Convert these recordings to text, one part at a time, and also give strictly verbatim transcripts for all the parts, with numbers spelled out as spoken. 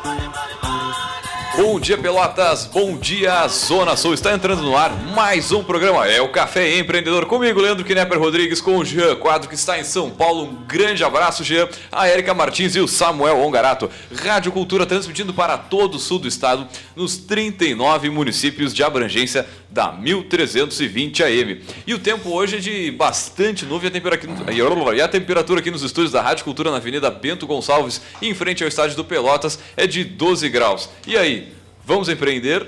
Bom dia, Pelotas, bom dia, Zona Sul. Está entrando no ar mais um programa, é o Café Empreendedor. Comigo, Leandro Knepper Rodrigues, com o Jean Quadro, que está em São Paulo. Um grande abraço, Jean. A Érica Martins e o Samuel Ongarato. Rádio Cultura transmitindo para todo o sul do estado, nos trinta e nove municípios de abrangência da mil trezentos e vinte A M. E o tempo hoje é de bastante nuvem, a temperatura aqui, e a temperatura aqui nos estúdios da Rádio Cultura na Avenida Bento Gonçalves, em frente ao estádio do Pelotas, é de doze graus. E aí? Vamos empreender?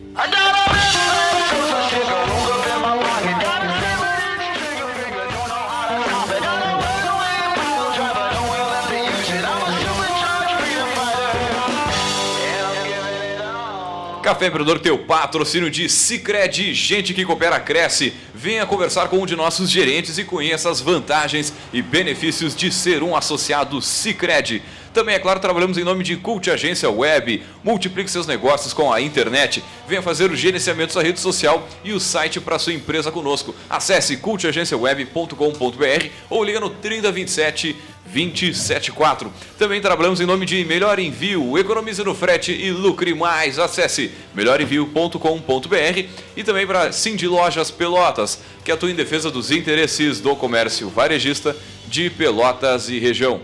Café Empreendedor, teu patrocínio de Sicredi, gente que coopera cresce. Venha conversar com um de nossos gerentes e conheça as vantagens e benefícios de ser um associado Sicredi. Também, é claro, trabalhamos em nome de Cult Agência Web. Multiplique seus negócios com a internet. Venha fazer o gerenciamento da rede social e o site para sua empresa conosco. Acesse cult agência web ponto com ponto br ou liga no trinta, vinte e sete, vinte e setenta e quatro. Também trabalhamos em nome de Melhor Envio. Economize no frete e lucre mais. Acesse melhor envio ponto com ponto br e também para Cindy Lojas Pelotas, que atua em defesa dos interesses do comércio varejista de Pelotas e região.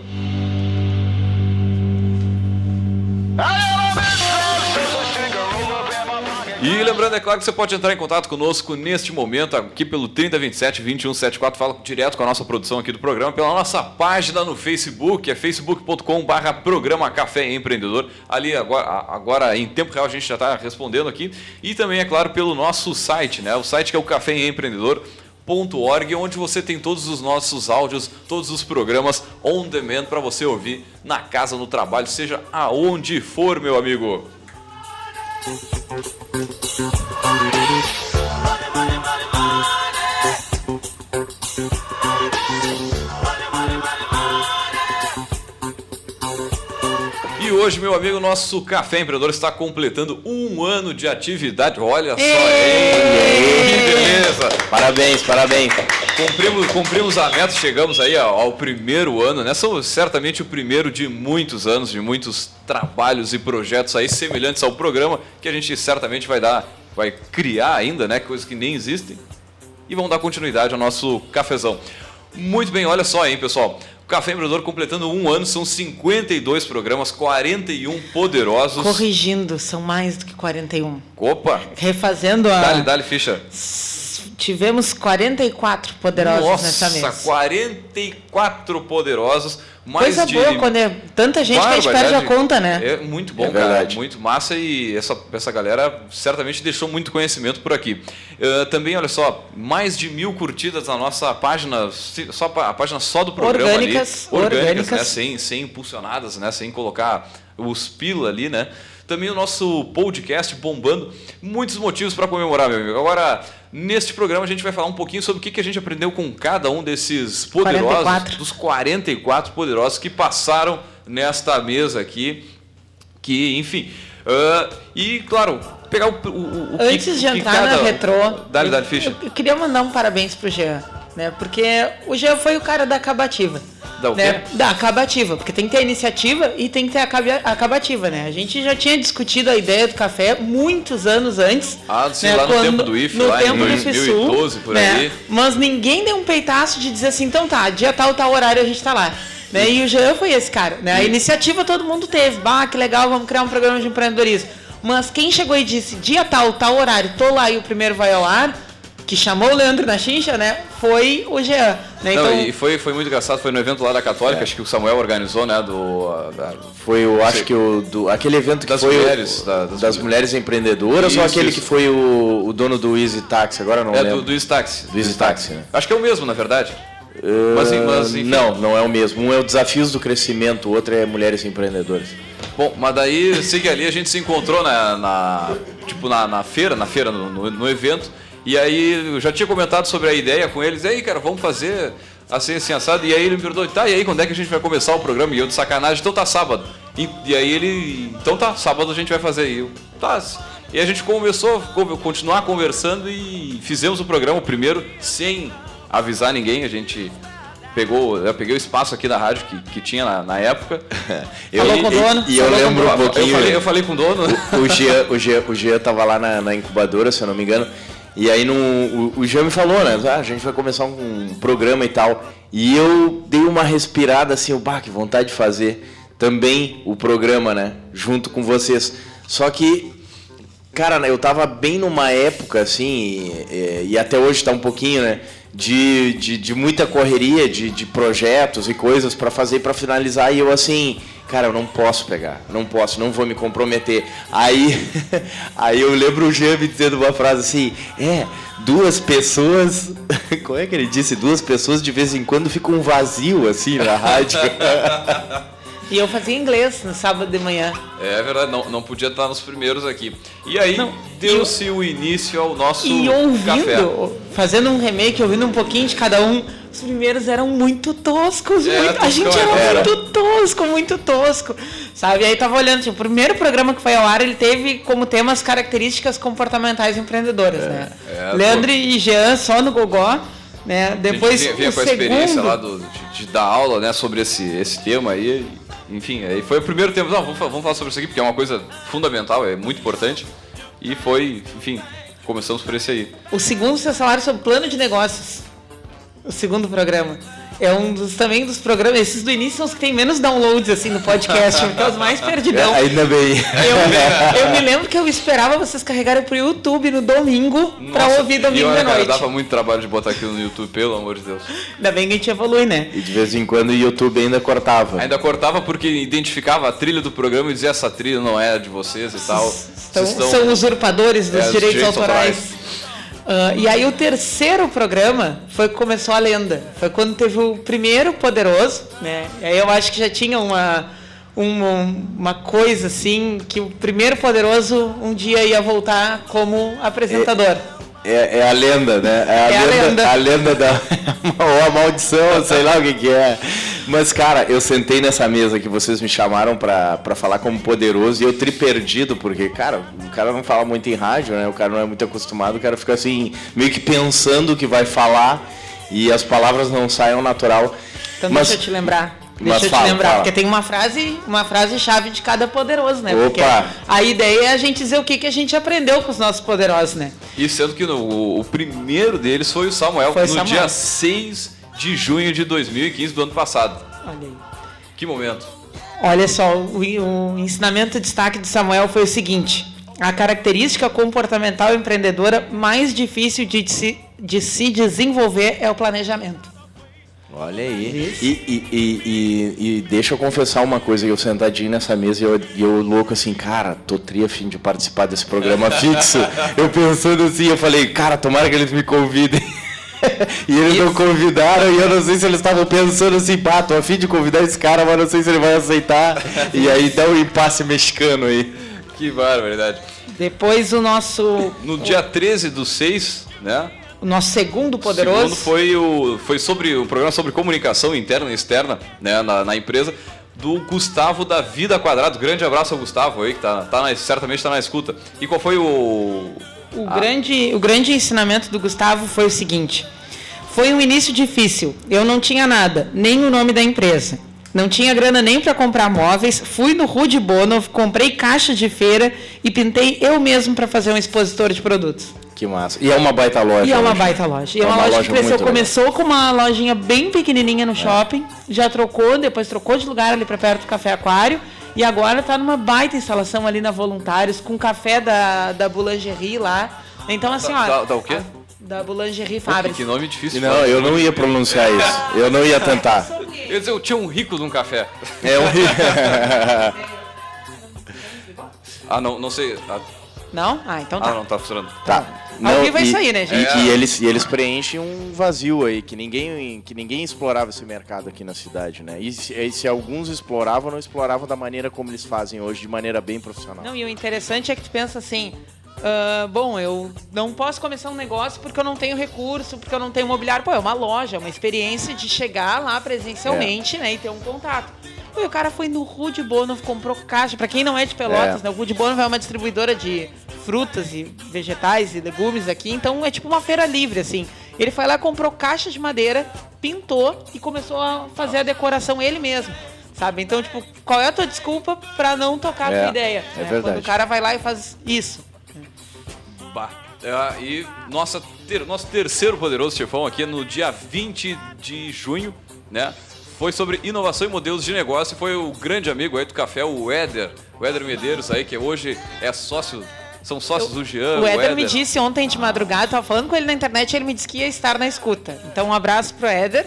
E lembrando, é claro que você pode entrar em contato conosco neste momento, aqui pelo trinta, vinte e sete, vinte e um, setenta e quatro, fala direto com a nossa produção aqui do programa, pela nossa página no Facebook, é facebook ponto com barra programa Café Empreendedor. Ali agora, agora em tempo real a gente já está respondendo aqui. E também, é claro, pelo nosso site, né? O site que é o café empreendedor ponto org, onde você tem todos os nossos áudios, todos os programas on demand para você ouvir na casa, no trabalho, seja aonde for, meu amigo. E hoje, meu amigo, nosso Café Empreendedor está completando um ano de atividade. Olha só, ei, que beleza! Parabéns, parabéns. Cumprimos, cumprimos a meta, chegamos aí ao, ao primeiro ano, né? São certamente o primeiro de muitos anos, de muitos trabalhos e projetos aí semelhantes ao programa, que a gente certamente vai dar, vai criar ainda, né? Coisas que nem existem. E vamos dar continuidade ao nosso cafezão. Muito bem, olha só, hein, pessoal. O Café Empreendedor completando um ano, são cinquenta e dois programas, quarenta e um poderosos. Corrigindo, são mais do que quarenta e um. Opa! Refazendo a... Dale, dale, ficha. Tivemos quarenta e quatro poderosos Nossa, nessa mesa. Nossa, quarenta e quatro poderosos. Mais Coisa de... boa quando é tanta gente que a gente perde a conta, né? É muito bom, é cara. Verdade. Muito massa e essa, essa galera certamente deixou muito conhecimento por aqui. Uh, também, olha só, mais de mil curtidas na nossa página, só a página só do programa orgânicas, ali. Orgânicas, orgânicas. né? Sem, sem impulsionadas, né? Sem colocar os pila ali, né? Também o nosso podcast bombando. Muitos motivos para comemorar, meu amigo. Agora, neste programa a gente vai falar um pouquinho sobre o que a gente aprendeu com cada um desses poderosos, quarenta e quatro. dos quarenta e quatro poderosos que passaram nesta mesa aqui. Que, enfim... Uh, e, claro, pegar o, o, o Antes que, de que entrar cada... na retrô, Dale, dale, ficha. Eu, eu queria mandar um parabéns pro Jean, né? Porque o Jean foi o cara da acabativa. Da o né? quê? Da acabativa, porque tem que ter a iniciativa e tem que ter a acabativa, né? A gente já tinha discutido a ideia do café muitos anos antes. Ah, sim, né? lá no Quando, tempo do I F, no lá tempo em dois mil e doze, por né? aí. Mas ninguém deu um peitaço de dizer assim, então tá, dia tal, tal horário a gente tá lá. Né? E o Jean foi esse cara, né? A iniciativa todo mundo teve. Bah, que legal, vamos criar um programa de empreendedorismo. Mas quem chegou e disse, dia tal, tal horário, tô lá e o primeiro vai ao ar, que chamou o Leandro na chincha, né? Foi o Jean. Né? Não, então... e foi, foi muito engraçado, foi no evento lá da Católica, É. acho que o Samuel organizou, né? Do, da... Foi, eu acho que o do, aquele evento que Das foi mulheres, o, da- das, das mulheres empreendedoras, Isso, ou aquele isso. que foi o, o dono do Easy Taxi, agora não É, lembro. do, do Easy Taxi. Do Easy Taxi, né? Acho que é o mesmo, na verdade. Uh, Mas, mas, enfim. não, não é o mesmo. Um é o Desafios do Crescimento, o outro é Mulheres Empreendedoras. Bom, mas daí, sei que ali a gente se encontrou na, na tipo, na, na feira, na feira, no, no, no evento, e aí eu já tinha comentado sobre a ideia com eles, e aí, cara, vamos fazer assim, assim, assado, e aí ele me perguntou, tá, e aí, quando é que a gente vai começar o programa? E eu de sacanagem, então tá sábado. E, e aí ele, então tá, sábado a gente vai fazer, e eu, tá, e a gente começou a continuar conversando e fizemos o programa, o primeiro, sem avisar ninguém, a gente pegou, eu peguei o espaço aqui da rádio que, que tinha na, na época. Eu, Falou com o dono? E, e eu lembro um pouquinho... Eu falei, eu falei com o dono. O, o, Jean, o, Jean, o Jean tava lá na, na incubadora, se eu não me engano. E aí no, o, o Jean me falou, né? Ah, a gente vai começar um, um programa e tal. E eu dei uma respirada assim, bah, que vontade de fazer também o programa, né? Junto com vocês. Só que, cara, eu tava bem numa época, assim, e, e até hoje tá um pouquinho, né? De, de, de muita correria, de, de projetos e coisas para fazer, para finalizar. E eu assim, cara, eu não posso pegar, não posso, não vou me comprometer. Aí, aí eu lembro o Jean me dizendo uma frase assim, é, duas pessoas, como é que ele disse? Duas pessoas de vez em quando ficam um vazio assim na rádio. E eu fazia inglês no sábado de manhã. É verdade, não, não podia estar nos primeiros aqui. E aí deu-se o início ao nosso e ouvindo, café. Fazendo um remake, ouvindo um pouquinho de cada um, os primeiros eram muito toscos. É, muito, a gente era, era muito tosco, muito tosco. Sabe? E aí tava olhando, tipo, o primeiro programa que foi ao ar, ele teve como tema as características comportamentais empreendedoras, é, né? É, Leandro pô. e Jean só no gogó. Né? Depois, a gente vinha, vinha com a experiência lá do, de, de dar aula, né, sobre esse, esse tema aí. Enfim, aí foi o primeiro tempo. Não, vamos, vamos falar sobre isso aqui, porque é uma coisa fundamental, é muito importante. E foi, enfim, começamos por esse aí. O segundo, seu salário sobre plano de negócios. O segundo programa. É um dos, também dos programas, esses do início são os que tem menos downloads, assim, no podcast, porque é os mais perdidão. É, ainda bem. Eu, eu me lembro que eu esperava vocês carregarem pro YouTube no domingo, pra ouvir domingo olha, de noite. Cara, dava muito trabalho de botar aquilo no YouTube, pelo amor de Deus. Ainda bem que a gente evolui, né? E de vez em quando o YouTube ainda cortava. Ainda cortava porque identificava a trilha do programa e dizia essa trilha não é de vocês e tal. Estão, estão... São usurpadores dos é, direitos, direitos autorais. autorais. Uh, e aí o terceiro programa foi que começou a lenda. Foi quando teve o primeiro Poderoso, né? E aí eu acho que já tinha uma, uma, uma coisa assim, que o primeiro Poderoso um dia ia voltar como apresentador. É, é, é a lenda, né? É a, é lenda, a lenda. A lenda da... ou a maldição, sei lá o que que é. Mas, cara, eu sentei nessa mesa que vocês me chamaram pra, pra falar como Poderoso e eu tri perdido, porque, cara, o cara não fala muito em rádio, né? O cara não é muito acostumado, o cara fica assim, meio que pensando o que vai falar e as palavras não saem natural. Então mas, deixa eu te lembrar. Deixa mas eu fala, te lembrar, fala. Porque tem uma frase, uma frase chave de cada poderoso, né? Opa. Porque a ideia é a gente dizer o que, que a gente aprendeu com os nossos poderosos, né? E sendo que no, o, o primeiro deles foi o Samuel, foi no Samuel. dia seis de junho de dois mil e quinze do ano passado. Olha aí. Que momento. Olha só, o, o ensinamento de destaque de Samuel foi o seguinte: a característica comportamental empreendedora mais difícil de se, de se desenvolver é o planejamento. Olha aí. E, e, e, e, e deixa eu confessar uma coisa, eu sentadinho nessa mesa e eu, eu louco assim, cara, tô tri a fim de participar desse programa fixo. Eu pensando assim, eu falei, cara, tomara que eles me convidem. E eles Isso. não convidaram e eu não sei se eles estavam pensando assim, pá, tô a fim de convidar esse cara, mas não sei se ele vai aceitar. E aí dá um impasse mexicano aí. Que barbaridade. Depois o nosso... No dia treze do seis, né? O nosso segundo Poderoso. O segundo foi, o, foi sobre o programa sobre comunicação interna e externa, né, na, na empresa, do Gustavo da Vida Quadrado. Grande abraço ao Gustavo aí, que tá, tá na, certamente está na escuta. E qual foi o... O, ah. grande, o grande ensinamento do Gustavo foi o seguinte: foi um início difícil, eu não tinha nada, nem o nome da empresa. Não tinha grana nem para comprar móveis, fui no Rude Bono, comprei caixa de feira e pintei eu mesmo para fazer um expositor de produtos. Que massa. E é uma baita loja. E é uma hoje. baita loja. E é, é uma, uma loja, loja que cresceu. Começou legal. com uma lojinha bem pequenininha no é. shopping, já trocou, depois trocou de lugar ali para perto do Café Aquário. E agora está numa baita instalação ali na Voluntários, com café da, da Boulangerie lá. Então, assim, da, ó... Da, da o quê? Da Boulangerie Fabris. Que nome difícil. Não, eu não ia pronunciar isso. Eu não ia tentar. Eu, dizer, eu tinha um rico de um café. É um rico. Ah, não, não sei. Ah, não? Ah, então tá. Ah, não tá funcionando. Tá. Ao vivo é isso aí, né, gente? E, e, eles, e eles preenchem um vazio aí, que ninguém, que ninguém explorava esse mercado aqui na cidade, né? E se, e se alguns exploravam, não exploravam da maneira como eles fazem hoje, de maneira bem profissional. Não, e o interessante é que tu pensa assim... Uh, bom, eu não posso começar um negócio porque eu não tenho recurso, porque eu não tenho mobiliário. Pô, é uma loja, é uma experiência de chegar lá presencialmente, é. né, e ter um contato. Pô, e o cara foi no Rude Bono, comprou caixa. Pra quem não é de Pelotas, é. né, o Rude Bono é uma distribuidora de frutas e vegetais e legumes aqui, então é tipo uma feira livre, assim. Ele foi lá, comprou caixa de madeira pintou e começou a fazer a decoração ele mesmo, sabe? Então, tipo, qual é a tua desculpa pra não tocar a É, tua ideia? é né? verdade. Quando o cara vai lá e faz isso. Bah. É, e nossa, ter, nosso terceiro Poderoso Chefão aqui é no dia vinte de junho, né? Foi sobre inovação e modelos de negócio. Foi o grande amigo aí do café, o Éder, o Éder Medeiros aí, que hoje é sócio, são sócios do Jean. O Éder me disse ontem de madrugada, tava falando com ele na internet, e ele me disse que ia estar na escuta. Então, um abraço pro Éder.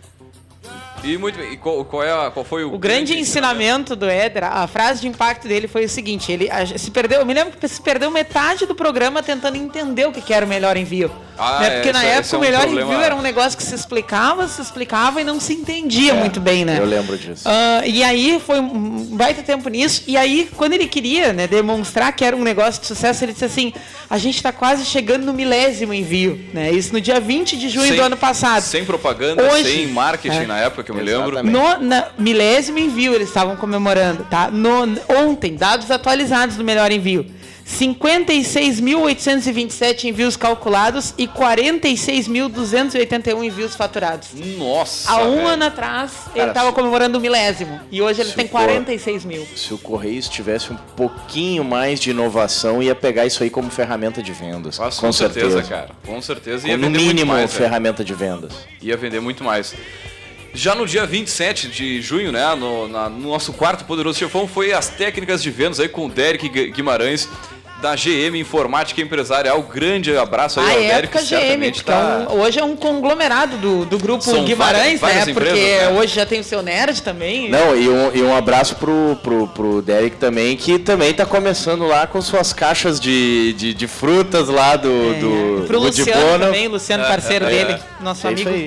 E muito bem, e qual, qual, é a, qual foi o, O grande ensinamento do Éder, a frase de impacto dele foi o seguinte, ele a, se perdeu, eu me lembro que se perdeu metade do programa tentando entender o que, que era o melhor envio. Ah, né? Porque é, na esse, época esse é um o melhor problema... envio era um negócio que se explicava, se explicava e não se entendia é, muito bem, né? Eu lembro disso. Uh, e aí foi um baita tempo nisso, e aí quando ele queria, né, demonstrar que era um negócio de sucesso, ele disse assim, a gente está quase chegando no milésimo envio, né? Isso no dia vinte de junho sem, do ano passado. Sem propaganda, Hoje, sem marketing é. na época, que eu me lembro. No na, milésimo envio eles estavam comemorando, tá? No, ontem, dados atualizados do melhor envio. cinquenta e seis mil oitocentos e vinte e sete envios calculados e quarenta e seis mil duzentos e oitenta e um envios faturados. Nossa! Há um velho. ano atrás, ele Cara, estava se... comemorando o milésimo. E hoje ele tem quarenta e seis mil. Se o Correios tivesse um pouquinho mais de inovação, ia pegar isso aí como ferramenta de vendas. Nossa, com, com certeza, certeza, cara. Com certeza. Com, Ia no vender mínimo, muito mais, ferramenta de vendas. Ia vender muito mais. Já no dia vinte e sete de junho, né, no, na, no nosso quarto Poderoso Chefão, foi as técnicas de vendas aí com o Derek Guimarães, da G M Informática Empresarial. Grande abraço aí a ao Derek, época que G M, certamente porque tá... é um, hoje é um conglomerado do, do grupo São Guimarães, várias, várias né? empresas, Porque né? hoje já tem o seu Nerd também. Não, e um, e um abraço pro, pro, pro Derek também, que também tá começando lá com suas caixas de, de, de frutas lá do... É, do pro do Luciano Dibona. também, Luciano parceiro é, dele, é. nosso É amigo. isso aí.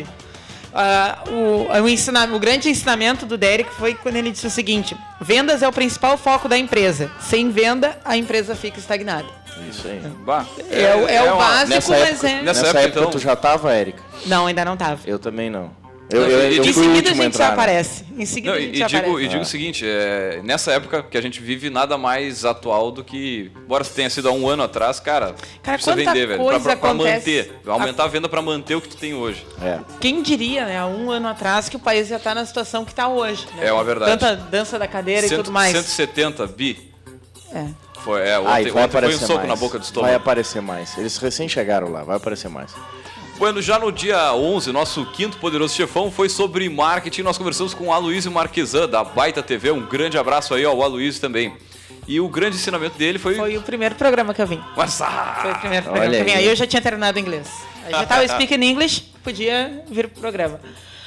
Uh, o, o, ensina, o grande ensinamento do Derek foi quando ele disse o seguinte: vendas é o principal foco da empresa. Sem venda, a empresa fica estagnada. Isso aí. Bah, É, é, o- é o uma- básico, Nessa mas época, é. nessa nessa época, época então- tu já tava, Érica? Não, ainda não tava. Eu também não. Eu, Não, eu, e- eu e Em fui o seguida a último a gente já entrar, né? aparece. Em seguida Não, a e, gente e já digo, aparece. e digo o seguinte, é, nessa época que a gente vive, nada mais atual do que, embora tenha sido há um ano atrás, cara, Cara, precisa quanta vender, velho, coisa pra, pra, pra acontece. manter, aumentar a venda pra manter o que tu tem hoje. É. Quem diria, né, há um ano atrás, que o país já está na situação que está hoje. Né? É uma verdade. Tanta dança da cadeira Cento- e tudo mais. cento e setenta bi. É. Foi, é, Ah, ontem, e vai ontem foi um aparecer soco mais. na boca do Vai estômago. aparecer mais. Eles recém chegaram lá, vai aparecer mais. Bueno, já no dia onze, nosso quinto Poderoso Chefão foi sobre marketing. Nós conversamos com o Aloysio Marquesan, da Baita T V. Um grande abraço aí ao Aloysio também. E o grande ensinamento dele foi... Foi o primeiro programa que eu vim. Mas, ah, Foi o primeiro Olha programa que eu vim. aí. Aí eu já tinha terminado inglês. Aí já estava speaking English, podia vir pro programa.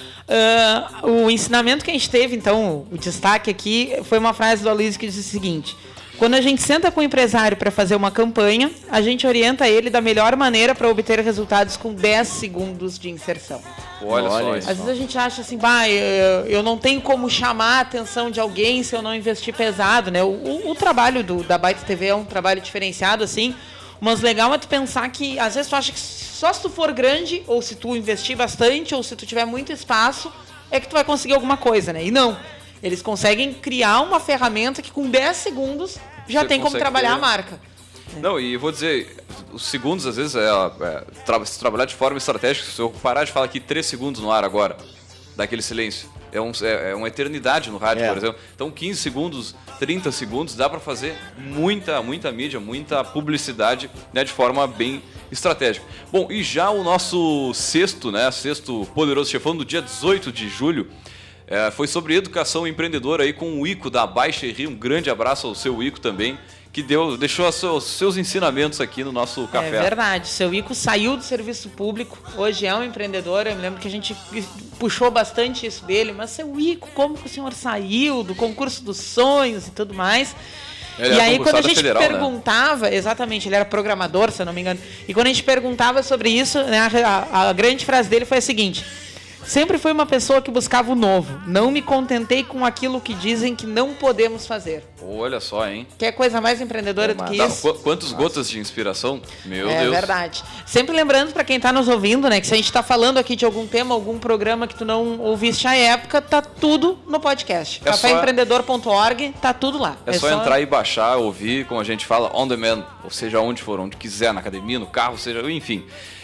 Ah, o ensinamento que a gente teve, então, o destaque aqui, foi uma frase do Aloysio que diz o seguinte: quando a gente senta com o empresário para fazer uma campanha, a gente orienta ele da melhor maneira para obter resultados com dez segundos de inserção. olha, Olha só aí. isso. Às vezes a gente acha assim, bah, eu, eu não tenho como chamar a atenção de alguém se eu não investir pesado, né? O, o, o trabalho do, da Baita T V é um trabalho diferenciado, assim, mas legal é tu pensar que, às vezes tu acha que só se tu for grande, ou se tu investir bastante, ou se tu tiver muito espaço, é que tu vai conseguir alguma coisa, né? E não. Eles conseguem criar uma ferramenta que com dez segundos já Você tem como consegue trabalhar ter- a marca. Não, e vou dizer, os segundos, às vezes, é, é, tra se trabalhar de forma estratégica, se eu parar de falar aqui três segundos no ar agora, daquele silêncio, é, um, é, é uma eternidade no rádio, É. por exemplo. Então, quinze segundos, trinta segundos, dá pra fazer muita, muita mídia, muita publicidade, né, de forma bem estratégica. Bom, e já o nosso sexto, né, sexto Poderoso Chefão, do dia dezoito de julho, É, foi sobre educação empreendedora aí com o Ico da Baixa e Rio. Um grande abraço ao seu Ico também, que deu, deixou os seus, seus ensinamentos aqui no nosso café. É verdade. Seu Ico saiu do serviço público, hoje é um empreendedor. Eu me lembro que a gente puxou bastante isso dele. Mas, seu Ico, como que o senhor saiu do concurso dos sonhos e tudo mais? Ele e era aí, quando a concursado gente federal, né? perguntava, exatamente, ele era programador, se eu não me engano. E quando a gente perguntava sobre isso, né, a, a grande frase dele foi a seguinte: sempre fui uma pessoa que buscava o novo. Não me contentei com aquilo que dizem que não podemos fazer. Olha só, hein? Quer coisa mais empreendedora É, do que Tá, isso? qu quantas gotas de inspiração? Meu É Deus. verdade. Sempre lembrando para quem está nos ouvindo, né, que se a gente está falando aqui de algum tema, algum programa que tu não ouviste à época, tá tudo no podcast. É só- café empreendedor ponto org, tá tudo lá. É, só, entrar e baixar, ouvir, como a gente fala, on demand, ou seja, onde for, onde quiser, na academia, no carro, seja, enfim.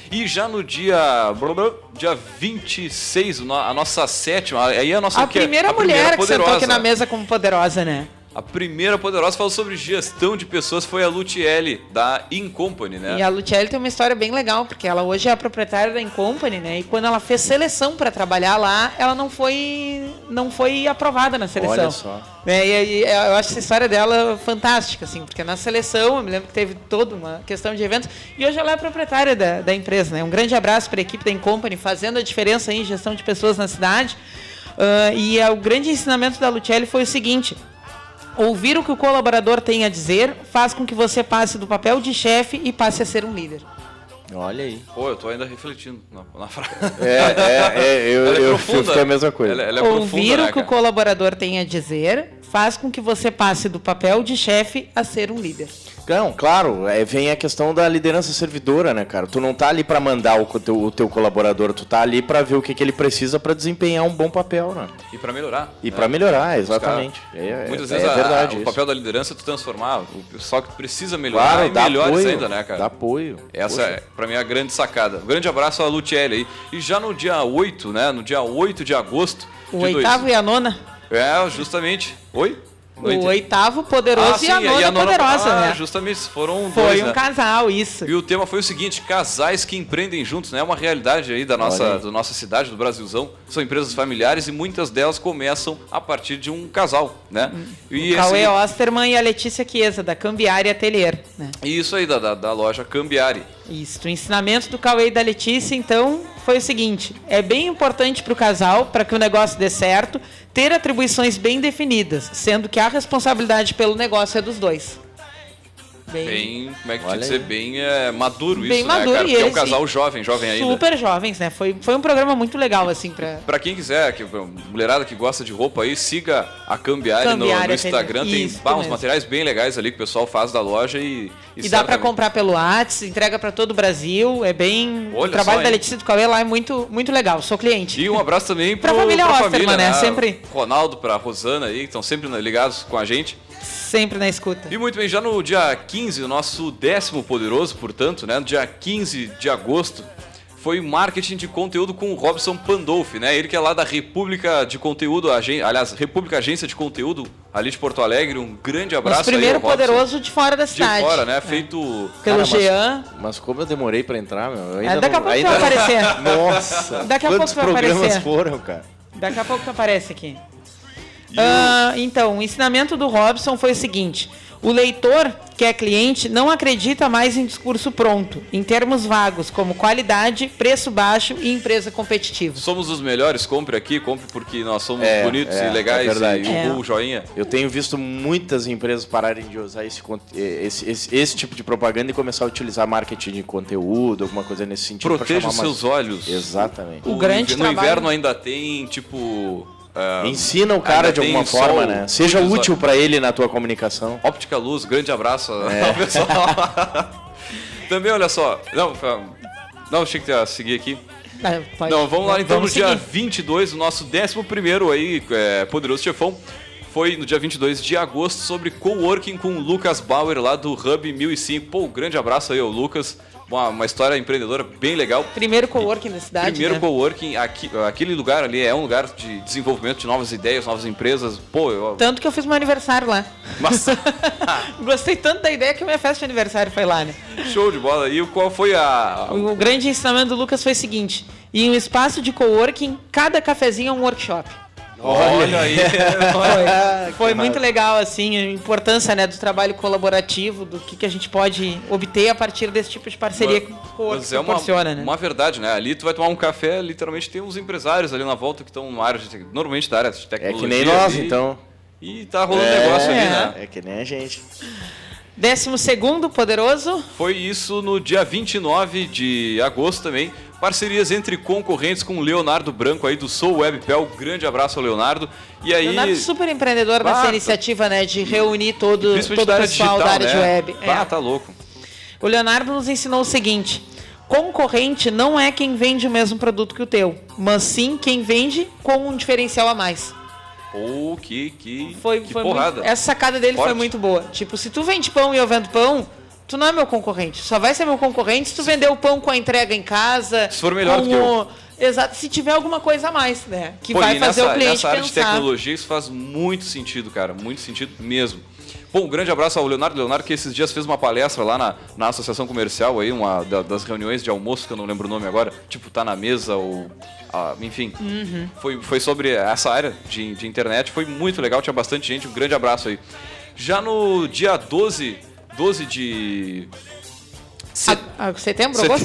E já no dia, dia vinte e seis, a nossa sétima, aí a nossa a que primeira é, a mulher primeira que sentou aqui na mesa como poderosa, né? A primeira poderosa falou sobre gestão de pessoas, foi a Lutiele, da Incompany, né? E a Lutiele tem uma história bem legal, porque ela hoje é a proprietária da Incompany, né? E quando ela fez seleção para trabalhar lá, ela não foi, não foi aprovada na seleção. Olha só. É, e, e eu acho essa história dela fantástica, assim, porque na seleção, eu me lembro que teve toda uma questão de eventos, e hoje ela é proprietária da, da empresa, né? Um grande abraço para a equipe da Incompany, fazendo a diferença aí em gestão de pessoas na cidade. Uh, e é, o grande ensinamento da Lutiele foi o seguinte: ouvir o que o colaborador tem a dizer faz com que você passe do papel de chefe e passe a ser um líder. Olha aí. Pô, eu tô ainda refletindo na, na frase. É, é, é eu, Ela é eu, profunda. eu fiquei a mesma coisa. Ela, ela é ouvir profunda, o que né, o colaborador tem a dizer faz com que você passe do papel de chefe a ser um líder. Não, claro, é, vem a questão da liderança servidora, né, cara? Tu não tá ali pra mandar o teu, o teu colaborador, tu tá ali pra ver o que, que ele precisa pra desempenhar um bom papel, né? E pra melhorar. E né? pra melhorar, exatamente. É, Muitas é, vezes é a- verdade a- o isso. papel da liderança é tu transformar o pessoal que precisa melhorar Claro, e dá melhores apoio, ainda, né, cara? dá apoio. Essa Poxa. é, pra mim, a grande sacada. Um grande abraço à Lutiele aí. E já no dia oito, né? No dia oito de agosto. O de oitavo dois... e a nona. É, justamente. Oi? Não O entendi. oitavo poderoso Ah, sim, e a nona, poderosa, ah, né? justamente, foram Foi dois, um né? casal, isso. E o tema foi o seguinte: casais que empreendem juntos, né? É uma realidade aí da Olha nossa, aí. da nossa cidade, do Brasilzão. São empresas familiares e muitas delas começam a partir de um casal, né? E O Cauê esse- Osterman e a Letícia Chiesa, da Cambiari Atelier, né? e isso aí, da, da, da loja Cambiari. Isso, o ensinamento do Cauê e da Letícia, então, foi o seguinte: é bem importante para o casal, para que o negócio dê certo, ter atribuições bem definidas, sendo que a responsabilidade pelo negócio é dos dois. Bem, como é que te Olha dizer, aí. bem é, maduro Bem isso, maduro, né, cara? e Porque é um eles- casal jovem, jovem ainda. Super jovens, né? Foi, foi um programa muito legal, assim, pra... Pra quem quiser, que, mulherada que gosta de roupa aí, siga a Cambiari, no, Cambiari, no Instagram. Ateliê. Tem Isso bah, uns mesmo. materiais bem legais ali que o pessoal faz da loja e... E dá pra certamente- comprar pelo WhatsApp, entrega pra todo o Brasil, é bem... Olha o trabalho só, da hein? Letícia e do Cauê lá é muito, muito legal, sou cliente. E um abraço também Pra pro, família pra Osterman, família, né? Sempre- Ronaldo, pra Rosana aí, que estão sempre ligados com a gente. Sempre na escuta. E muito bem, já no dia quinze, o nosso décimo poderoso, portanto, né? No dia quinze de agosto, foi marketing de conteúdo com o Robson Pandolfi, né? Ele que é lá da República de Conteúdo, agen... aliás, República Agência de Conteúdo, ali de Porto Alegre. Um grande abraço Nosso primeiro aí ao Robson. poderoso de fora da De cidade. fora, né? É. Feito... Pelo Cara, mas- Jean. Mas como eu demorei pra entrar, meu? Eu ainda É, daqui a não, pouco ainda vai não- aparecer. Nossa, Daqui a quantos pouco vai programas aparecer. foram, cara? Daqui a pouco tu aparece aqui. E o- Ah, então, o ensinamento do Robson foi o seguinte: o leitor, que é cliente, não acredita mais em discurso pronto, em termos vagos, como qualidade, preço baixo e empresa competitiva. Somos os melhores, compre aqui, compre porque nós somos É, bonitos é, e legais é verdade. e É. o joinha. Eu tenho visto muitas empresas pararem de usar esse, conte- esse, esse, esse tipo de propaganda e começar a utilizar marketing de conteúdo, alguma coisa nesse sentido. pra Proteja chamar os mais- seus olhos. Exatamente. O grande No trabalho- inverno ainda tem, tipo... ah, Ensina o cara ainda de tem alguma sol, forma, né? Seja muitos útil pra ele na tua comunicação. Óptica Luz, grande abraço É. ao pessoal. Também, olha só. Não, fa- não, achei que ia seguir aqui. Ah, pode- Não, vamos lá então vamos no dia seguir. vinte e dois, o nosso décimo primeiro aí, é, Poderoso Chefão. Foi no dia vinte e dois de agosto sobre coworking com o Lucas Bauer lá do Hub mil e cinco. Pô, grande abraço aí ao Lucas. Uma, uma história empreendedora bem legal. Primeiro coworking da cidade. Primeiro né? coworking, aqui, aquele lugar ali é um lugar de desenvolvimento de novas ideias, novas empresas. Pô, eu, Tanto que eu fiz meu aniversário lá. Nossa. Gostei tanto da ideia que minha festa de aniversário foi lá, né? show de bola. E qual foi a... O, o grande ensinamento do Lucas foi o seguinte: em um espaço de coworking, cada cafezinho é um workshop. Olha aí. Foi, foi muito legal, assim, a importância, né, do trabalho colaborativo, do que, que a gente pode obter a partir desse tipo de parceria que o coworking Mas é uma, proporciona, né? uma verdade, né? Ali tu vai tomar um café, literalmente tem uns empresários ali na volta que estão na área de, normalmente da área de É tecnologia. que nem nós, ali, então. E tá rolando É, negócio ali, né? É que nem a gente. Décimo segundo, poderoso. Foi isso no dia vinte e nove de agosto também. Parcerias entre concorrentes com o Leonardo Branco aí do Sou Webpel. Grande abraço ao Leonardo. E aí... Leonardo super empreendedor nessa Bah, iniciativa, né, de reunir todo, principalmente todo da o área pessoal digital, da área né? de web. Ah, É. tá louco. O Leonardo nos ensinou o seguinte: concorrente não é quem vende o mesmo produto que o teu, mas sim quem vende com um diferencial a mais. Pô, que, que, Foi, que foi porrada. muito- essa sacada dele Forte. foi muito boa. Tipo, se tu vende pão e eu vendo pão, tu não é meu concorrente. Só vai ser meu concorrente se tu vender o pão com a entrega em casa. Se for melhor do que eu. Exato, se tiver alguma coisa a mais, né? Que Pô, vai fazer nessa, o cliente nessa área pensar. de tecnologia isso faz muito sentido, cara. Muito sentido mesmo. Bom, um grande abraço ao Leonardo. Leonardo que esses dias fez uma palestra lá na, na Associação Comercial, aí, uma da, das reuniões de almoço, que eu não lembro o nome agora, tipo, tá na mesa ou... Ah, enfim, uhum. foi, foi sobre essa área de, de internet, foi muito legal, tinha bastante gente, um grande abraço aí. Já no dia doze, doze de... Set... Ah, setembro, agosto?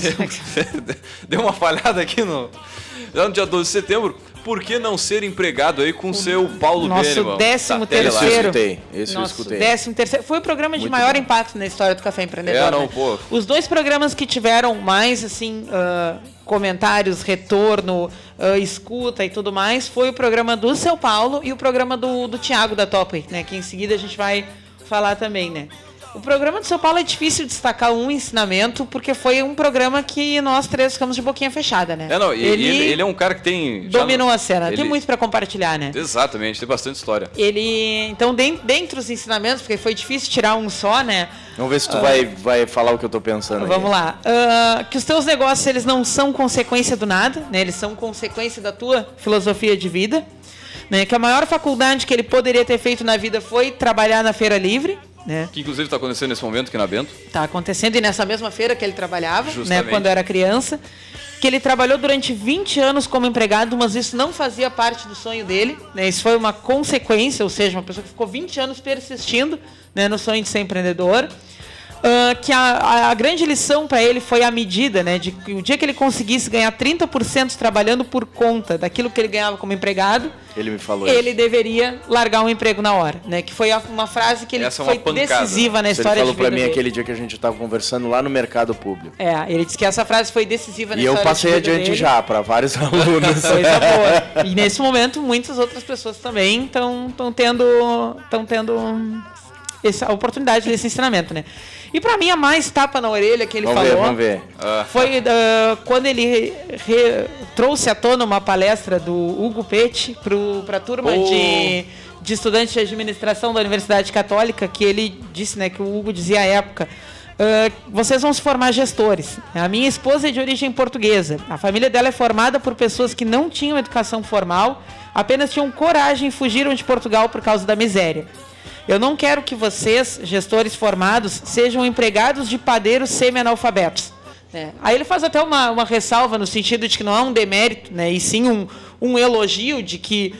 Deu uma falhada aqui no... Já no dia doze de setembro, por que não ser empregado aí com o seu Paulo Beneman? Nosso décimo Tá, terceiro. Esse eu escutei, esse eu Nosso escutei. décimo terceiro. Foi o programa de Muito maior bom. impacto na história do Café Empreendedor. É, não, né? pô. Os dois programas que tiveram mais, assim, uh, comentários, retorno, uh, escuta e tudo mais, foi o programa do Seu Paulo e o programa do, do Thiago da Top, né? Que em seguida a gente vai falar também, né? O programa do São Paulo é difícil destacar um ensinamento, porque foi um programa que nós três ficamos de boquinha fechada, né? É, não, e- ele, ele, ele é um cara que tem... já dominou no- a cena. ele- Tem muito para compartilhar, né? Exatamente, tem bastante história. Ele... Então, den- dentre os ensinamentos, porque foi difícil tirar um só, né? Vamos ver se tu vai, vai falar o que eu tô pensando. Vamos aí. lá. Ah, que os teus negócios, eles não são consequência do nada, né? Eles são consequência da tua filosofia de vida. Né? Que a maior faculdade que ele poderia ter feito na vida foi trabalhar na Feira Livre, né? Que inclusive está acontecendo nesse momento aqui na Bento. Tá acontecendo e nessa mesma feira que ele trabalhava, né, Justamente. quando era criança, que ele trabalhou durante vinte anos como empregado, mas isso não fazia parte do sonho dele, né? Isso foi uma consequência, ou seja, uma pessoa que ficou vinte anos persistindo, né, no sonho de ser empreendedor. Uh, que a, a grande lição para ele foi a medida, né, de que o dia que ele conseguisse ganhar trinta por cento trabalhando por conta daquilo que ele ganhava como empregado, Ele me falou ele isso. deveria largar um emprego na hora, né? Que foi a- uma frase que ele Essa é uma foi pancada. decisiva na Isso ele história falou de pra vida mim dele. aquele dia que a gente tava conversando lá no mercado público. É, ele disse que essa frase foi decisiva na E eu história passei de vida adiante dele. já pra vários alunos. Coisa boa. E nesse momento, muitas outras pessoas também estão tendo, tão tendo essa oportunidade desse ensinamento, né? E pra mim, a mais tapa na orelha que ele Vamos ver, falou vamos ver. Ah, foi uh, quando ele re- re- trouxe à tona uma palestra do Hugo Pete para a turma Oh. de, de estudantes de administração da Universidade Católica, que ele disse, né, que o Hugo dizia à época, uh, vocês vão se formar gestores. A minha esposa é de origem portuguesa. A família dela é formada por pessoas que não tinham educação formal, apenas tinham coragem e fugiram de Portugal por causa da miséria. Eu não quero que vocês, gestores formados, sejam empregados de padeiros semi-analfabetos. Né? Aí ele faz até uma, uma ressalva no sentido de que não é um demérito, né? E sim um, um elogio de que,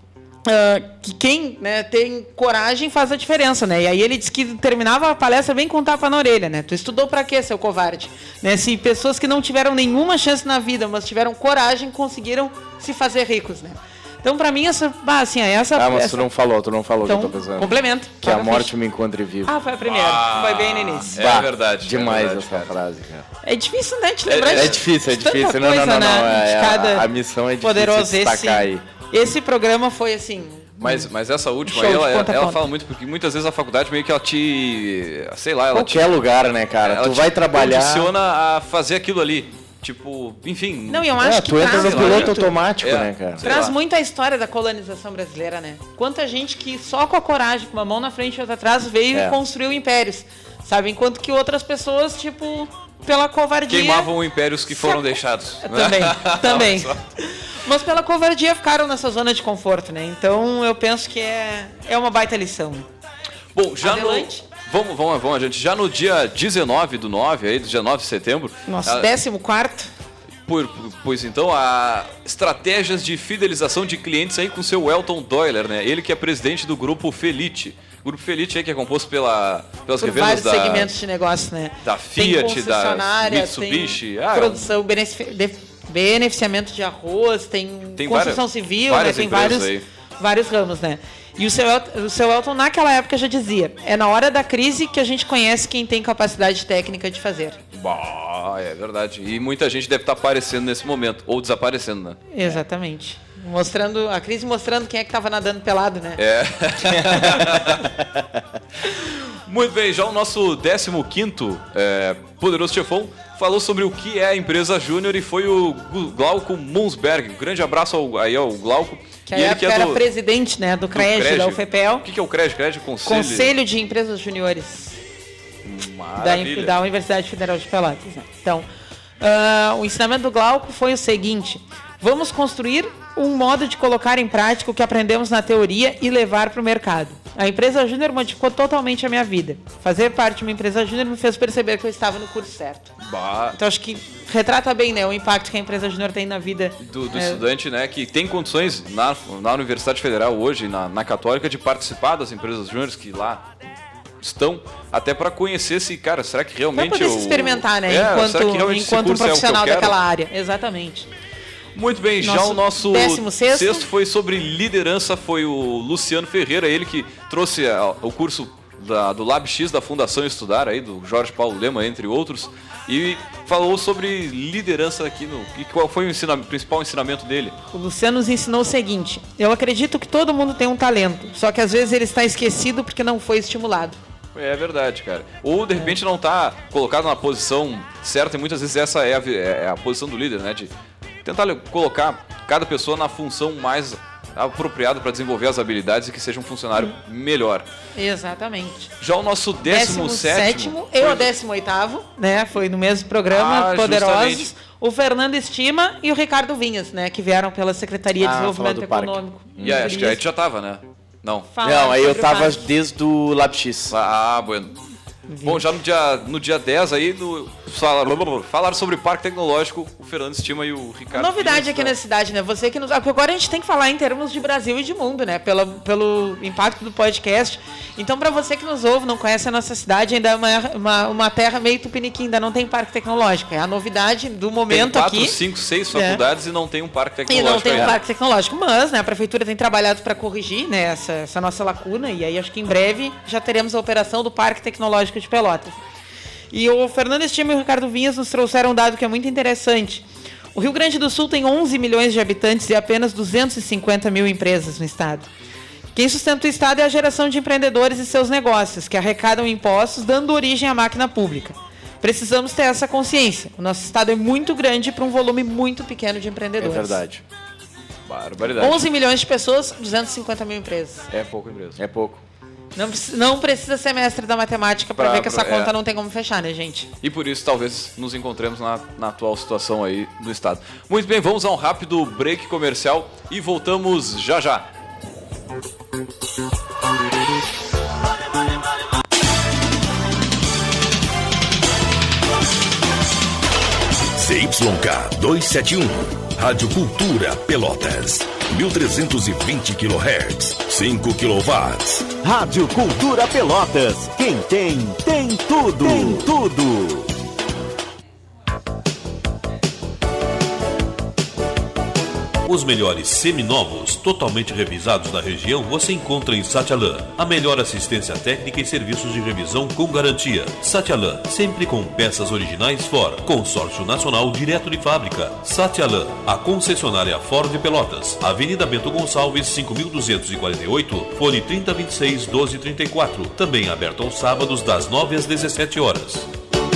uh, que quem, né, tem coragem faz a diferença. Né? E aí ele diz que terminava a palestra bem com tapa na orelha. Né? Tu estudou para quê, seu covarde? Né? Se pessoas que não tiveram nenhuma chance na vida, mas tiveram coragem, conseguiram se fazer ricos. Né? Então, pra mim, essa... Ah, assim, essa Ah, mas essa, tu não falou, tu não falou o então, que eu tô pensando. complemento. Que a Paga morte ficha. me encontre vivo. Ah, foi a primeira. Ah, foi bem no início. É verdade, Demais é verdade, essa cara. frase, cara. É difícil, né? Te lembrar É, de é difícil, é tanta difícil. Não, coisa, não, não, não. né? É, De cada a, a missão é difícil poderoso. de destacar Esse, aí. esse programa foi assim... Mas, mas essa última Show aí, de ela, ponta a ela ponta. fala muito, porque muitas vezes a faculdade meio que ela te... Sei lá, ela te, Qualquer lugar, né, cara? ela Tu te vai trabalhar... condiciona a fazer aquilo ali. Tipo, enfim... Não, e eu acho É, que tu entra traz no piloto muito, automático, É. né, cara? Sei traz lá. muito a história da colonização brasileira, né? Quanta gente que só com a coragem, com uma mão na frente e outra atrás, veio É. e construiu impérios, sabe? Enquanto que outras pessoas, tipo, pela covardia... Queimavam impérios que foram Se- deixados. Também, também. Só. Mas pela covardia ficaram nessa zona de conforto, né? Então eu penso que é, é uma baita lição. Bom, já Adelante. no... Vamos, vamos, vamos, gente. Já no dia dezenove do nove, aí, do dia nove de setembro... Nosso a- décimo quarto. Por, pois então, a estratégias de fidelização de clientes aí com o seu Elton Doyler, né? Ele que é presidente do Grupo Felite. O Grupo Felite aí que é composto pela, pelas Por revendas vários da, segmentos de negócio, né? da Tem Fiat, da concessionária, Mitsubishi. tem Ah, produção, benefici- de- beneficiamento de arroz, tem, Tem construção várias- civil, né? várias Tem empresas vários, aí. vários ramos, né? E o seu, El- o seu Elton, naquela época, já dizia: é na hora da crise que a gente conhece quem tem capacidade técnica de fazer. Bah, é verdade. E muita gente deve estar aparecendo nesse momento, ou desaparecendo, né? Exatamente. Mostrando, a crise mostrando quem é que estava nadando pelado, né? É. Muito bem, já o nosso décimo quinto é, Poderoso Chefão falou sobre o que é a empresa Júnior e foi o Gu- Glauco Munsberg. Um grande abraço ao, aí ao Glauco. Que E a ele época é era do- presidente, né, do do CREG, CREG. da U F P E L. O que, que é o CREG? CREG é Conselho... Conselho de Empresas Juniores. da, da Universidade Federal de Pelotas. Né? Então, uh, o ensinamento do Glauco foi o seguinte: vamos construir um modo de colocar em prática o que aprendemos na teoria e levar para o mercado. A empresa Júnior modificou totalmente a minha vida. Fazer parte de uma empresa Júnior me fez perceber que eu estava no curso certo. Bah. Então acho que retrata bem, né, o impacto que a empresa Júnior tem na vida do, do é... estudante, né, que tem condições na, na Universidade Federal hoje, na, na Católica, de participar das empresas Júniores que lá estão, até para conhecer se, cara, será que realmente... Para poder eu... se experimentar, né, é, enquanto, enquanto um profissional é daquela área. Exatamente. Muito bem, nosso já o nosso décimo sexto. sexto foi sobre liderança, foi o Luciano Ferreira, ele que trouxe a, o curso da, do Lab X da Fundação Estudar, aí, do Jorge Paulo Lema, entre outros, e falou sobre liderança aqui, no, e qual foi o, ensina, o principal ensinamento dele. O Luciano nos ensinou o seguinte: eu acredito que todo mundo tem um talento, só que às vezes ele está esquecido porque não foi estimulado. É verdade, cara. Ou de repente não está colocado na posição certa, e muitas vezes essa é a, é a posição do líder, né, de tentar colocar cada pessoa na função mais apropriada para desenvolver as habilidades e que seja um funcionário melhor. Exatamente. Já o nosso décimo, décimo sétimo... sétimo eu o décimo oitavo, né? Foi no mesmo programa, ah, Poderosos. Justamente. O Fernando Estima e o Ricardo Vinhas, né? Que vieram pela Secretaria ah, de Desenvolvimento Econômico. E aí, acho que aí tu já tava, né? Não. Fala Não, aí eu tava desde o Lab X. Ah, bueno. Bom, já no dia, no dia dez aí, no, falaram, falaram sobre Parque Tecnológico, o Fernando Estima e o Ricardo. Novidade Pires, aqui né? na cidade, né? Você que nos... Agora a gente tem que falar em termos de Brasil e de mundo, né? Pelo, pelo impacto do podcast. Então, para você que nos ouve, não conhece a nossa cidade, ainda é uma, uma, uma terra meio tupiniquim, ainda não tem Parque Tecnológico. É a novidade do momento tem quatro, aqui. cinco, seis faculdades é. e não tem um Parque Tecnológico. E não tem aí. um Parque Tecnológico. Mas, né, a Prefeitura tem trabalhado para corrigir, né, essa, essa nossa lacuna. E aí acho que em breve já teremos a operação do Parque Tecnológico de Pelotas. E o Fernando Estima e o Ricardo Vinhas nos trouxeram um dado que é muito interessante. O Rio Grande do Sul tem onze milhões de habitantes e apenas duzentos e cinquenta mil empresas no estado. Quem sustenta o estado é a geração de empreendedores e seus negócios, que arrecadam impostos, dando origem à máquina pública. Precisamos ter essa consciência. O nosso estado é muito grande para um volume muito pequeno de empreendedores. É verdade. Barbaridade. onze milhões de pessoas, duzentos e cinquenta mil empresas. É pouco empresa. É pouco. Não, não precisa ser mestre da matemática para ver que essa pra, conta é. não tem como fechar, né, gente? E por isso, talvez, nos encontremos na, na atual situação aí do estado. Muito bem, vamos a um rápido break comercial e voltamos já já. C Y K duzentos e setenta e um, Rádio Cultura Pelotas, mil trezentos e vinte quilohertz, cinco quilowatts. Rádio Cultura Pelotas, quem tem, tem tudo, tem tudo. Os melhores seminovos, totalmente revisados na região, você encontra em Satialan. A melhor assistência técnica e serviços de revisão com garantia. Satialan, sempre com peças originais Ford. Consórcio Nacional direto de fábrica. Satialan, a concessionária Ford de Pelotas. Avenida Bento Gonçalves, cinco mil duzentos e quarenta e oito, fone trinta, vinte e seis, doze, trinta e quatro. Também aberto aos sábados, das nove às dezessete horas.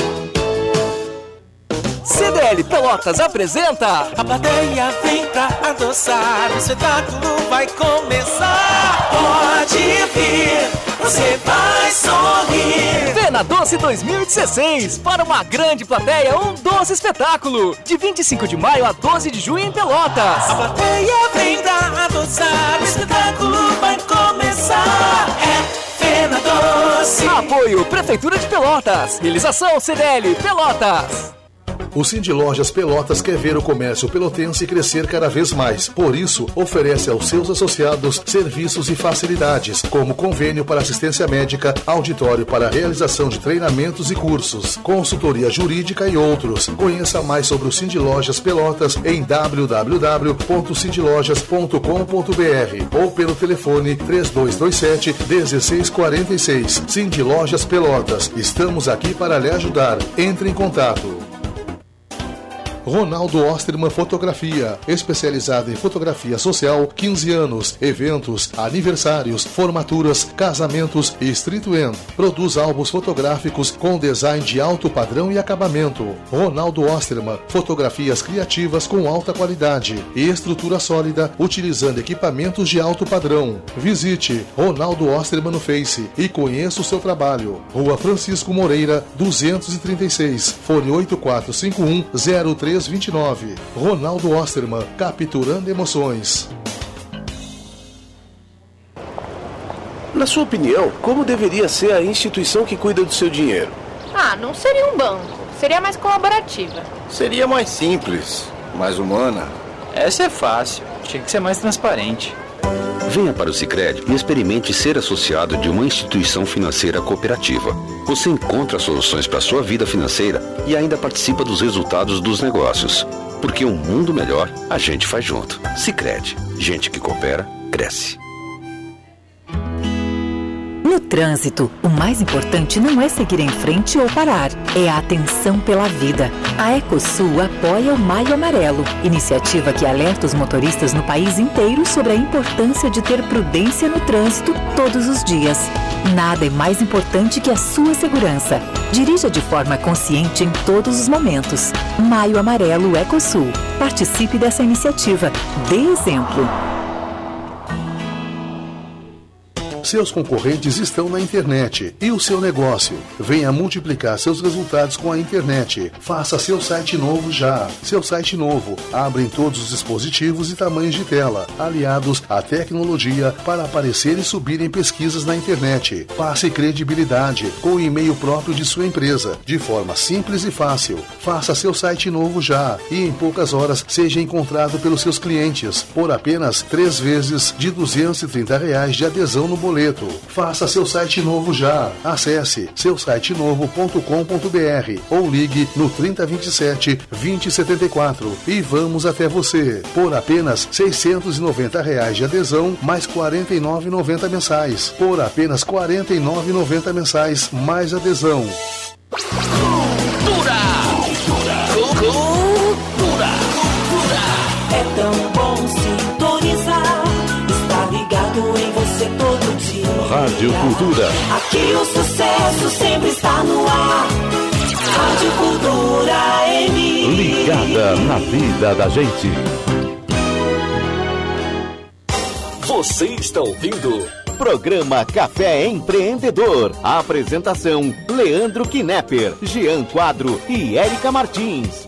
C D L Pelotas apresenta. A plateia vem pra adoçar, o espetáculo vai começar. Pode vir, você vai sorrir. Vena Doce dois mil e dezesseis, para uma grande plateia, um doce espetáculo. De vinte e cinco de maio a doze de junho em Pelotas. A plateia vem pra adoçar, o espetáculo vai começar. É Vena Doce. Apoio Prefeitura de Pelotas. Realização C D L Pelotas. O Cindy Lojas Pelotas quer ver o comércio pelotense crescer cada vez mais. Por isso, oferece aos seus associados serviços e facilidades, como convênio para assistência médica, auditório para realização de treinamentos e cursos, consultoria jurídica e outros. Conheça mais sobre o Cindy Lojas Pelotas em w w w ponto cindy lojas ponto com ponto b r ou pelo telefone três dois dois sete, um seis quatro seis. Cindy Lojas Pelotas. Estamos aqui para lhe ajudar. Entre em contato. Ronaldo Osterman Fotografia, especializada em fotografia social, quinze anos, eventos, aniversários, formaturas, casamentos e streetwear. Produz álbuns fotográficos com design de alto padrão e acabamento. Ronaldo Osterman, fotografias criativas com alta qualidade e estrutura sólida, utilizando equipamentos de alto padrão. Visite Ronaldo Osterman no Face e conheça o seu trabalho. Rua Francisco Moreira, duzentos e trinta e seis, fone oito quatro cinco um zero três dois nove. Ronaldo Osterman, capturando emoções. Na sua opinião, como deveria ser a instituição que cuida do seu dinheiro? Ah, não seria um banco. Seria mais colaborativa. Seria mais simples, mais humana. Essa é fácil. Tinha que ser mais transparente. Venha para o Sicredi e experimente ser associado de uma instituição financeira cooperativa. Você encontra soluções para a sua vida financeira e ainda participa dos resultados dos negócios. Porque um mundo melhor a gente faz junto. Sicredi. Gente que coopera, cresce. No trânsito, o mais importante não é seguir em frente ou parar, é a atenção pela vida. A Ecosul apoia o Maio Amarelo, iniciativa que alerta os motoristas no país inteiro sobre a importância de ter prudência no trânsito todos os dias. Nada é mais importante que a sua segurança. Dirija de forma consciente em todos os momentos. Maio Amarelo Ecosul. Participe dessa iniciativa. Dê exemplo. Seus concorrentes estão na internet. E o seu negócio? Venha multiplicar seus resultados com a internet. Faça seu site novo já. Seu site novo. Abre em todos os dispositivos e tamanhos de tela, aliados à tecnologia para aparecer e subir em pesquisas na internet. Passe credibilidade com o e-mail próprio de sua empresa, de forma simples e fácil. Faça seu site novo já e em poucas horas seja encontrado pelos seus clientes por apenas três vezes de duzentos e trinta reais de adesão no boleto. Faça seu site novo já. Acesse seu site novo ponto com ponto b r ou ligue no trinta, vinte e sete, vinte, setenta e quatro e vamos até você. Por apenas seiscentos e noventa reais de adesão, mais quarenta e nove reais e noventa centavos mensais. Por apenas quarenta e nove reais e noventa centavos mensais, mais adesão. Cultura! Cultura! Cultura! Cultura! É tão bom sintonizar. Está ligado em você todo dia. Rádio Cultura. Aqui o sucesso sempre está no ar. Rádio Cultura M. Ligada na vida da gente. Você está ouvindo Programa Café Empreendedor. A apresentação: Leandro Knepper, Jean Quadro e Érica Martins.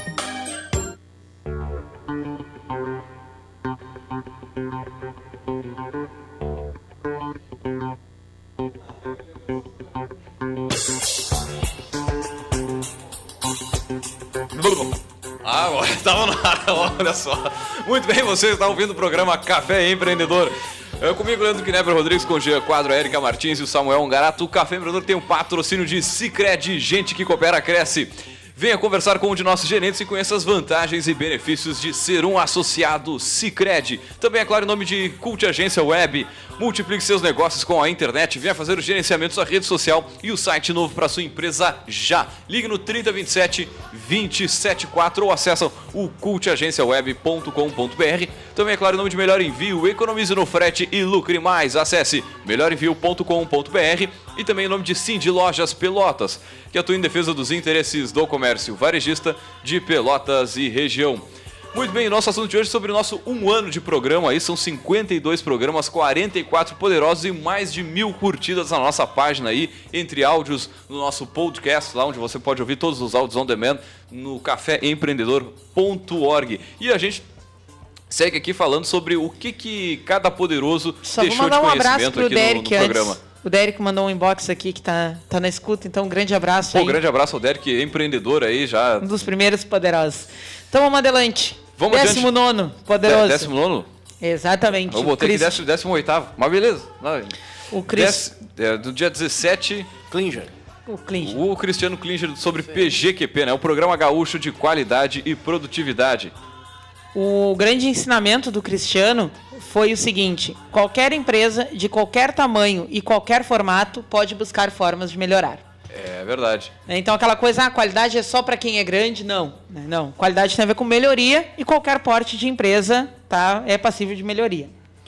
Ah, agora estava no ar, olha só. Muito bem, você está ouvindo o programa Café Empreendedor. Eu comigo, Leandro Knepper Rodrigues, com o Jean Quadro, a Érica Martins e o Samuel Ongarato. O Café Empreendedor tem um patrocínio de Sicredi, gente que coopera, cresce. Venha conversar com um de nossos gerentes e conheça as vantagens e benefícios de ser um associado Sicredi. Também, é claro, em nome de Cult Agência Web. Multiplique seus negócios com a internet. Venha fazer o gerenciamento da sua rede social e o site novo para sua empresa já. Ligue no trinta, vinte e sete, vinte e sete quatro ou acesse o cult agência web ponto com ponto b r. Também, é claro, em nome de Melhor Envio. Economize no frete e lucre mais. Acesse melhor envio ponto com ponto b r. E também em nome de Cindy Lojas Pelotas, que atua em defesa dos interesses do comércio varejista de Pelotas e região. Muito bem, nosso assunto de hoje é sobre o nosso um ano de programa. Aí são cinquenta e dois programas, quarenta e quatro poderosos e mais de mil curtidas na nossa página aí, entre áudios no nosso podcast, lá onde você pode ouvir todos os áudios on demand, no café empreendedor ponto org. E a gente segue aqui falando sobre o que, que cada poderoso Só deixou de um conhecimento aqui Derek no, no programa. Antes. O Derek mandou um inbox aqui que tá, tá na escuta, então um grande abraço. Pô, aí. Um grande abraço ao Derek, empreendedor aí já. Um dos primeiros poderosos. Então vamos adelante. Vamos décimo adiante. nono, poderoso. Décimo nono? Exatamente. Eu botei aqui décimo, décimo oitavo, mas beleza. Não, o Cris... Dez, é, do dia dezessete... Klinger. O Klinger. O Cristiano Klinger sobre P G Q P, né? O Programa Gaúcho de Qualidade e Produtividade. O grande ensinamento do Cristiano foi o seguinte: qualquer empresa de qualquer tamanho e qualquer formato pode buscar formas de melhorar. É, É verdade. Então aquela coisa, a ah, qualidade é só para quem é grande, não. Não, qualidade tem a ver com melhoria e qualquer porte de empresa, tá, é passível de melhoria.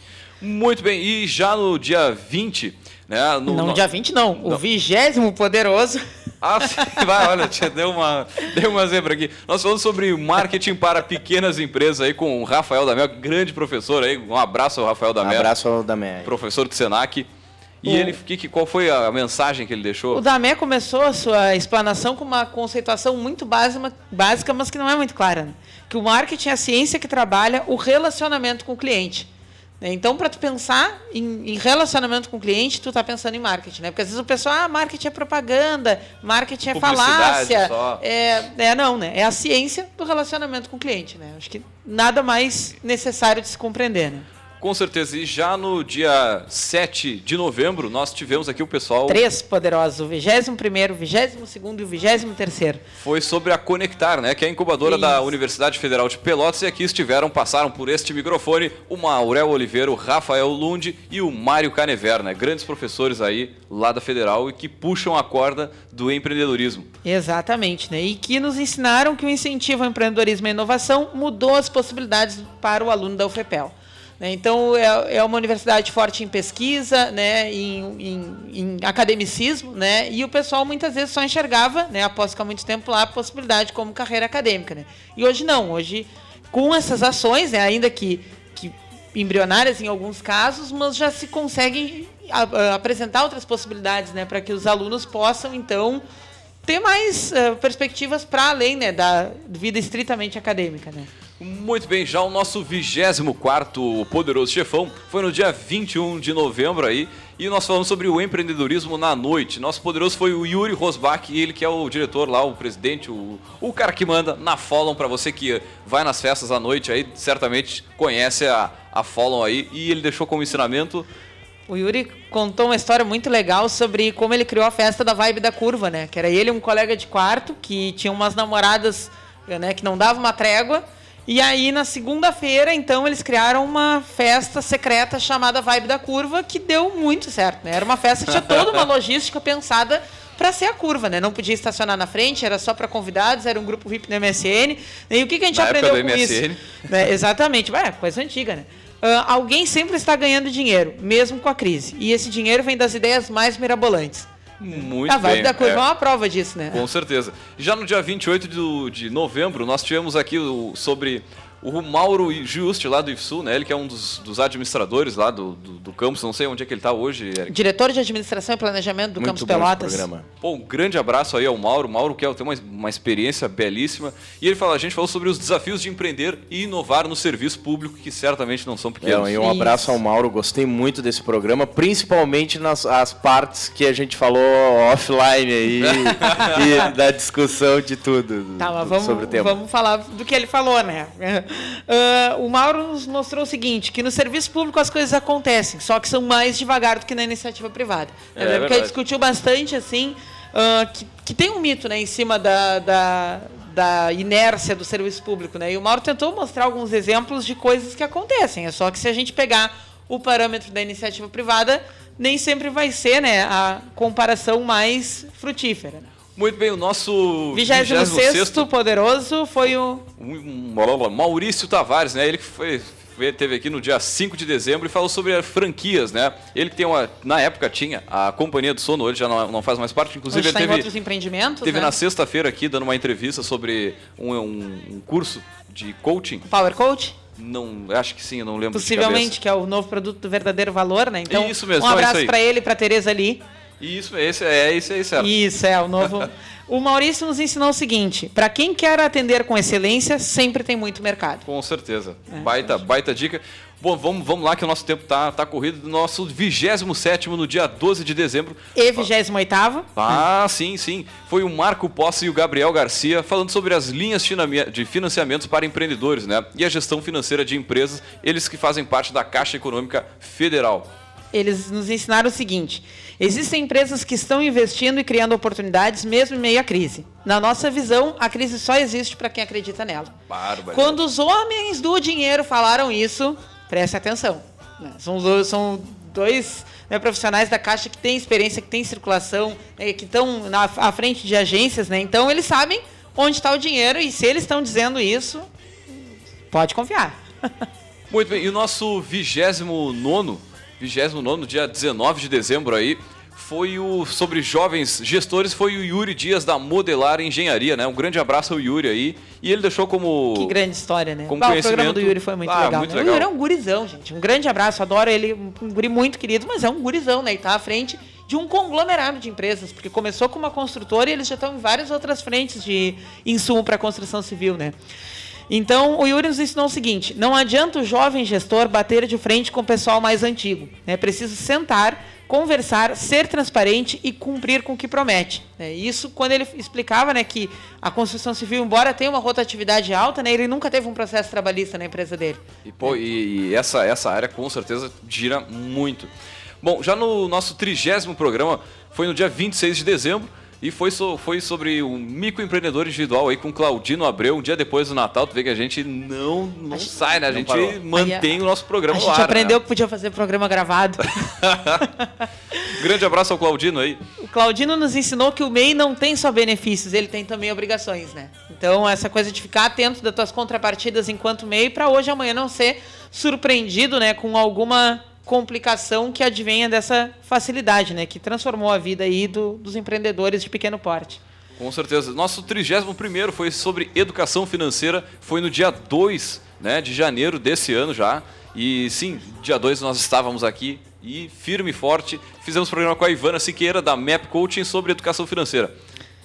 Muito bem, e já no dia vinte... Né, no, não, no dia vinte não, não. O vigésimo poderoso... Ah, sim, vai, olha, deu uma, deu uma zebra aqui. Nós falamos sobre marketing para pequenas empresas aí com o Rafael Damé, grande professor aí. Um abraço ao Rafael Damé. Um abraço ao Damé. Professor do Senac. E o... ele, que, qual foi a mensagem que ele deixou? O Damé começou a sua explanação com uma conceituação muito básica, básica, mas que não é muito clara. Né? Que o marketing é a ciência que trabalha o relacionamento com o cliente. Então, para tu pensar em, em relacionamento com o cliente, tu tá pensando em marketing, né? Porque às vezes o pessoal, ah, marketing é propaganda, marketing é falácia. Só. É, é, não, né? É a ciência do relacionamento com o cliente, né? Acho que nada mais necessário de se compreender, né? Com certeza. E já no dia sete de novembro, nós tivemos aqui o pessoal... Três poderosos, o vigésimo primeiro, o vigésimo segundo e o vigésimo terceiro. Foi sobre a Conectar, né? Que é a incubadora Isso. da Universidade Federal de Pelotas. E aqui estiveram, passaram por este microfone o Maurel Oliveira, o Rafael Lund e o Mário Canever, né? Grandes professores aí lá da Federal e que puxam a corda do empreendedorismo. Exatamente, né? E que nos ensinaram que o incentivo ao empreendedorismo e inovação mudou as possibilidades para o aluno da U F P E L. Então, é uma universidade forte em pesquisa, né, em, em, em academicismo, né, e o pessoal muitas vezes só enxergava, né, após ficar muito tempo lá, a possibilidade como carreira acadêmica. Né. E hoje não, hoje com essas ações, né, ainda que, que embrionárias em alguns casos, mas já se conseguem a, a, apresentar outras possibilidades, né, para que os alunos possam, então, ter mais uh, perspectivas para além, né, da vida estritamente acadêmica, né. Muito bem, já o nosso vigésimo quarto Poderoso Chefão foi no dia vinte e um de novembro aí, e nós falamos sobre o empreendedorismo na noite. Nosso poderoso foi o Yuri Rosbach, ele que é o diretor lá, o presidente, o, o cara que manda na Follow. Para você que vai nas festas à noite aí, certamente conhece a, a Follow aí, e ele deixou como ensinamento... O Yuri contou uma história muito legal sobre como ele criou a festa da Vibe da Curva, né? Que era ele um colega de quarto que tinha umas namoradas, né, que não davam uma trégua. E aí, na segunda-feira, então, eles criaram uma festa secreta chamada Vibe da Curva, que deu muito certo, né? Era uma festa que tinha toda uma logística pensada para ser a curva, né? Não podia estacionar na frente, era só para convidados, era um grupo V I P no M S N. E o que, que a gente na aprendeu com M S N. isso? Né? Exatamente, Ué, coisa antiga, né? Uh, alguém sempre está ganhando dinheiro, mesmo com a crise. E esse dinheiro vem das ideias mais mirabolantes. Muito a Vibe bem. da Curva é. é uma prova disso, né? Com certeza. Já no dia vinte e oito de novembro, nós tivemos aqui o, sobre o Mauro Juste, lá do I F S U, né? Ele que é um dos, dos administradores lá do, do, do campus, não sei onde é que ele está hoje, Eric. Diretor de Administração e Planejamento do Muito Campus Pelotas. Pô, um grande abraço aí ao Mauro. Mauro que tem uma, uma experiência belíssima. E ele fala, a gente falou sobre os desafios de empreender e inovar no serviço público, que certamente não são pequenos. É, e um abraço ao Mauro, gostei muito desse programa, principalmente nas as partes que a gente falou offline aí e da discussão de tudo tá, mas do, vamos, sobre o tema. Vamos falar do que ele falou, né? Uh, o Mauro nos mostrou o seguinte, que no serviço público as coisas acontecem, só que são mais devagar do que na iniciativa privada. É, Eu lembro é que ele discutiu bastante, assim, uh, que, que tem um mito, né, em cima da, da, da inércia do serviço público, né? E o Mauro tentou mostrar alguns exemplos de coisas que acontecem. É só que se a gente pegar o parâmetro da iniciativa privada, nem sempre vai ser, né, a comparação mais frutífera. Né? Muito bem, o nosso vigésimo sexto poderoso foi o... Maurício Tavares, né? Ele que foi, foi, teve aqui no dia cinco de dezembro e falou sobre franquias, né? Ele que tem uma, na época tinha a Companhia do Sono, ele já não, não faz mais parte, inclusive Hoje ele tá teve, em outros empreendimentos, teve né? na sexta-feira aqui dando uma entrevista sobre um, um, um curso de coaching. Power Coach? Não, acho que sim, eu não lembro. Possivelmente, que é o novo produto do verdadeiro valor, né? Então, isso mesmo, um abraço é para ele e para Tereza ali. Isso, esse é isso aí, certo. Isso, é o novo. O Maurício nos ensinou o seguinte: para quem quer atender com excelência, sempre tem muito mercado. Com certeza. É, baita, baita dica. Bom, vamos, vamos lá que o nosso tempo tá, tá corrido. Nosso vigésimo sétimo no dia doze de dezembro. E vigésimo oitavo. Ah, sim, sim. Foi o Marco Posse e o Gabriel Garcia falando sobre as linhas de financiamentos para empreendedores, né? E a gestão financeira de empresas, eles que fazem parte da Caixa Econômica Federal. Eles nos ensinaram o seguinte: existem empresas que estão investindo e criando oportunidades mesmo em meio à crise. Na nossa visão, a crise só existe para quem acredita nela. Bárbaro. Quando os homens do dinheiro falaram isso, preste atenção. São, são dois né, profissionais da Caixa que têm experiência, que têm circulação, né, que estão na, à frente de agências, né? Então eles sabem onde está o dinheiro e se eles estão dizendo isso, pode confiar. Muito bem, e o nosso vigésimo nono, vigésimo nono, dia dezenove de dezembro aí, foi o sobre jovens gestores, foi o Yuri Dias da Modelar Engenharia, né? Um grande abraço ao Yuri aí. E ele deixou como... Que grande história, né? Como bah, conhecimento... O programa do Yuri foi muito ah, legal, muito né? legal. O Yuri é um gurizão, gente. Um grande abraço, adoro ele, um guri muito querido, mas é um gurizão, né? E tá à frente de um conglomerado de empresas, porque começou com uma construtora e eles já estão em várias outras frentes de insumo para construção civil, né? Então, o Yuri nos ensinou o seguinte: não adianta o jovem gestor bater de frente com o pessoal mais antigo. É preciso sentar, conversar, ser transparente e cumprir com o que promete. É isso quando ele explicava, né, que a construção civil, embora tenha uma rotatividade alta, né, ele nunca teve um processo trabalhista na empresa dele. E, pô, e, e essa, essa área com certeza gira muito. Bom, já no nosso trigésimo programa, foi no dia vinte e seis de dezembro, e foi, so, foi sobre um microempreendedor individual aí com Claudino Abreu, um dia depois do Natal. Tu vê que a gente não, não a sai, né? A gente parou. Mantém a, o nosso programa no ar. A gente aprendeu, né? Que podia fazer programa gravado. Grande abraço ao Claudino aí. O Claudino nos ensinou que o M E I não tem só benefícios, ele tem também obrigações, né? Então, essa coisa de ficar atento das tuas contrapartidas enquanto M E I, para hoje e amanhã não ser surpreendido, né, com alguma complicação que advenha dessa facilidade, né, que transformou a vida aí do, dos empreendedores de pequeno porte. Com certeza. Nosso trigésimo primeiro foi sobre educação financeira, foi no dia dois, né, de janeiro desse ano já. E sim, dia dois nós estávamos aqui e firme e forte, fizemos programa com a Ivana Siqueira da M A P Coaching sobre educação financeira.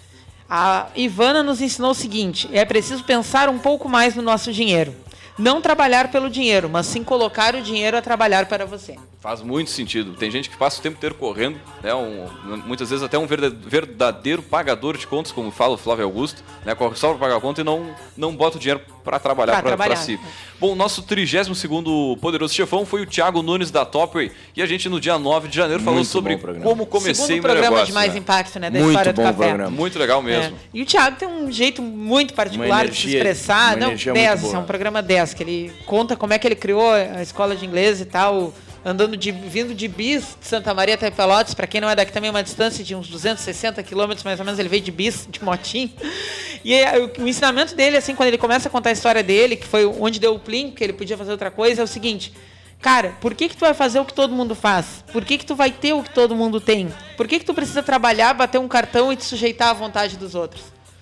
A Ivana nos ensinou o seguinte: é preciso pensar um pouco mais no nosso dinheiro. Não trabalhar pelo dinheiro, mas sim colocar o dinheiro a trabalhar para você. Faz muito sentido. Tem gente que passa o tempo inteiro correndo, né? um, muitas vezes até um verdadeiro pagador de contas, como fala o Flávio Augusto, né? Corre só para pagar a conta e não, não bota o dinheiro para trabalhar para si. Bom, nosso trigésimo segundo Poderoso Chefão foi o Thiago Nunes da Topway, e a gente no dia nove de janeiro falou muito sobre como comecei Segundo meu programa negócio, de mais né? impacto, né, da muito história bom do café. Programa. Muito legal mesmo. É. E o Thiago tem um jeito muito particular energia, de se expressar. Não, dez, é um programa dez, que ele conta como é que ele criou a escola de inglês e tal, andando de, vindo de bis de Santa Maria até Pelotas. Para quem não é daqui, também é uma distância de uns duzentos e sessenta quilômetros, mais ou menos. Ele veio de bis, de motinho. E é, o, o ensinamento dele, assim, quando ele começa a contar a história dele, que foi onde deu o plim, que ele podia fazer outra coisa, é o seguinte: cara, por que que tu vai fazer o que todo mundo faz? Por que que tu vai ter o que todo mundo tem? Por que que tu precisa trabalhar, bater um cartão e te sujeitar à vontade dos outros?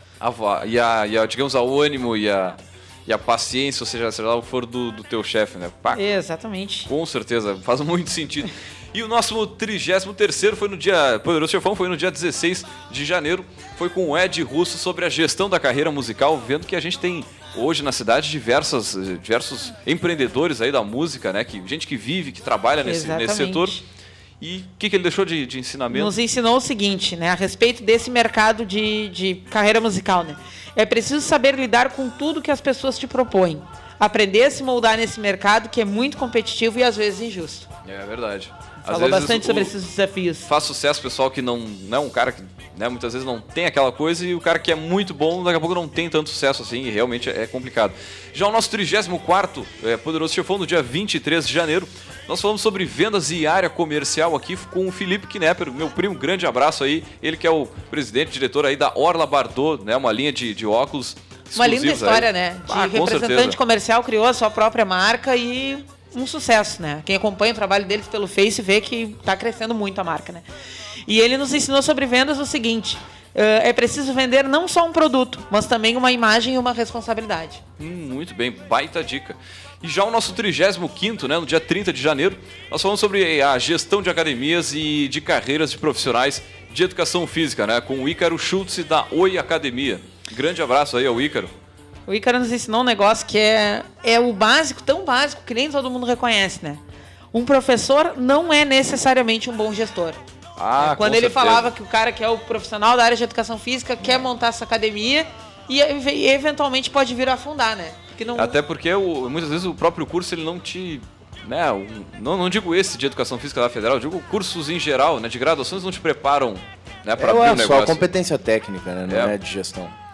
A, e, a, e a, digamos, ao ânimo e a... E a paciência, ou seja, seja lá o que for do, do teu chefe, né? Pá, exatamente. Com certeza, faz muito sentido. E o nosso trigésimo terceiro foi no dia... Poderoso Chefão foi no dia dezesseis de janeiro. Foi com o Ed Russo sobre a gestão da carreira musical, vendo que a gente tem hoje na cidade diversas, diversos empreendedores aí da música, né? Que, gente que vive, que trabalha nesse, nesse setor. E o que, que ele deixou de, de ensinamento? Nos ensinou o seguinte, né, a respeito desse mercado de, de carreira musical, né? É preciso saber lidar com tudo que as pessoas te propõem. Aprender a se moldar nesse mercado que é muito competitivo e às vezes injusto. É verdade. Falou às bastante vezes, sobre o, esses desafios. Faz sucesso pessoal que não, não é um cara que, né, muitas vezes não tem aquela coisa, e o cara que é muito bom daqui a pouco não tem tanto sucesso assim, e realmente é complicado. Já o nosso trigésimo quarto é, Poderoso Chefão, no dia vinte e três de janeiro, nós falamos sobre vendas e área comercial aqui com o Felipe Knepper, meu primo, grande abraço aí, ele que é o presidente, diretor aí da Orla Bardot, né, uma linha de, de óculos exclusivos. Uma linda história, aí. né? De ah, representante comercial, criou a sua própria marca e um sucesso, né? Quem acompanha o trabalho deles pelo Face vê que está crescendo muito a marca, né? E ele nos ensinou sobre vendas o seguinte: uh, é preciso vender não só um produto, mas também uma imagem e uma responsabilidade. Hum, muito bem, baita dica. E já o nosso trigésimo quinto, né, no dia trinta de janeiro, nós falamos sobre a gestão de academias e de carreiras de profissionais de educação física, né, com o Ícaro Schultz da Oi Academia. Grande abraço aí ao Ícaro. O Ícaro nos ensinou um negócio que é, é o básico, tão básico que nem todo mundo reconhece, né? Um professor não é necessariamente um bom gestor. Ah, é, quando com ele certeza. falava que o cara que é o profissional da área de educação física é. quer montar essa academia e, e eventualmente pode vir a afundar, né? Porque não... Até porque o, muitas vezes o próprio curso ele não te... Né, um, não, não digo esse de educação física da Federal, eu digo cursos em geral, né, de graduações não te preparam, né, para abrir o negócio. É só competência técnica, né, não é, é de gestão.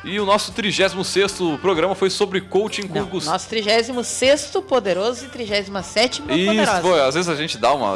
E o nosso trigésimo sexto programa foi sobre coaching com Não, o Gustavo. Nosso trigésimo sexto poderoso e trigésimo sétimo poderoso. Isso, foi, às vezes a gente dá uma...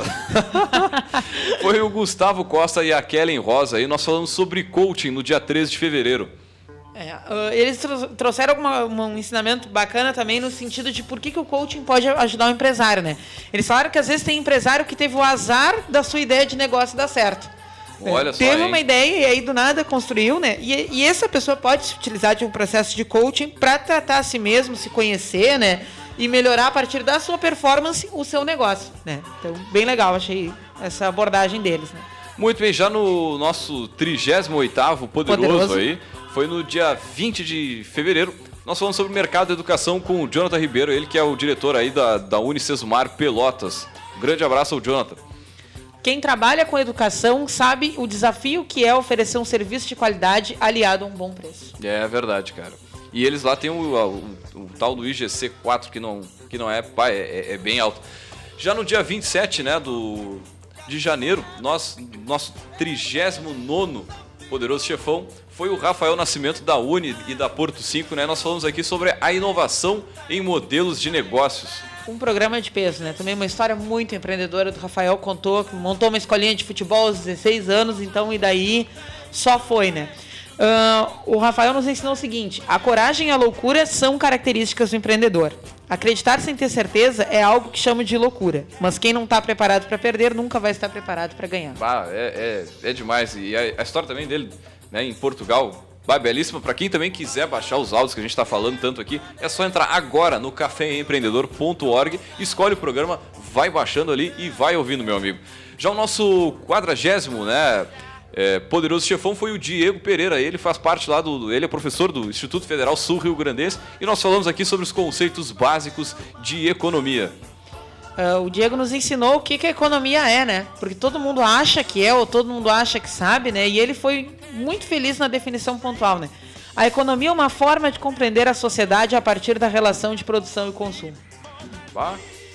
Foi o Gustavo Costa e a Kellen Rosa aí, nós falamos sobre coaching no dia treze de fevereiro. É, uh, eles tro- trouxeram alguma, uma, um ensinamento bacana também no sentido de por que, que o coaching pode ajudar o empresário, né? Eles falaram que às vezes tem empresário que teve o azar da sua ideia de negócio dar certo. Olha só, Teve hein? uma ideia e aí do nada construiu, né? E, e essa pessoa pode se utilizar de um processo de coaching para tratar a si mesmo, se conhecer, né? E melhorar a partir da sua performance o seu negócio, né? Então, bem legal, achei essa abordagem deles, né? Muito bem, já no nosso trigésimo oitavo poderoso, Poderoso. aí, foi no dia vinte de fevereiro, nós falamos sobre o mercado de educação com o Jonathan Ribeiro, ele que é o diretor aí da, da Unicesumar Pelotas. Um grande abraço ao Jonathan. Quem trabalha com educação sabe o desafio que é oferecer um serviço de qualidade aliado a um bom preço. É verdade, cara. E eles lá tem o, o, o tal do I G C quatro, que não, que não é, pá, é, é bem alto. Já no dia vinte e sete, né, do, de janeiro, nós, nosso trigésimo nono poderoso chefão foi o Rafael Nascimento da Uni e da Porto cinco, né? Nós falamos aqui sobre a inovação em modelos de negócios. Um programa de peso, né? Também uma história muito empreendedora do Rafael, contou que montou uma escolinha de futebol aos dezesseis anos, então e daí só foi, né? Uh, o Rafael nos ensinou o seguinte: a coragem e a loucura são características do empreendedor. Acreditar sem ter certeza é algo que chamo de loucura, mas quem não está preparado para perder nunca vai estar preparado para ganhar. Bah, é, é, é demais. E a, a história também dele, né, em Portugal, bah, belíssima. Para quem também quiser baixar os áudios que a gente está falando tanto aqui, é só entrar agora no café empreendedor ponto org, escolhe o programa, vai baixando ali e vai ouvindo, meu amigo. Já o nosso quadragésimo, né, é, poderoso chefão foi o Diego Pereira. Ele faz parte lá do... Ele é professor do Instituto Federal Sul Rio Grandense e nós falamos aqui sobre os conceitos básicos de economia. Uh, o Diego nos ensinou o que, que a economia é, né? Porque todo mundo acha que é, ou todo mundo acha que sabe, né? E ele foi muito feliz na definição pontual, né? A economia é uma forma de compreender a sociedade a partir da relação de produção e consumo. Bah.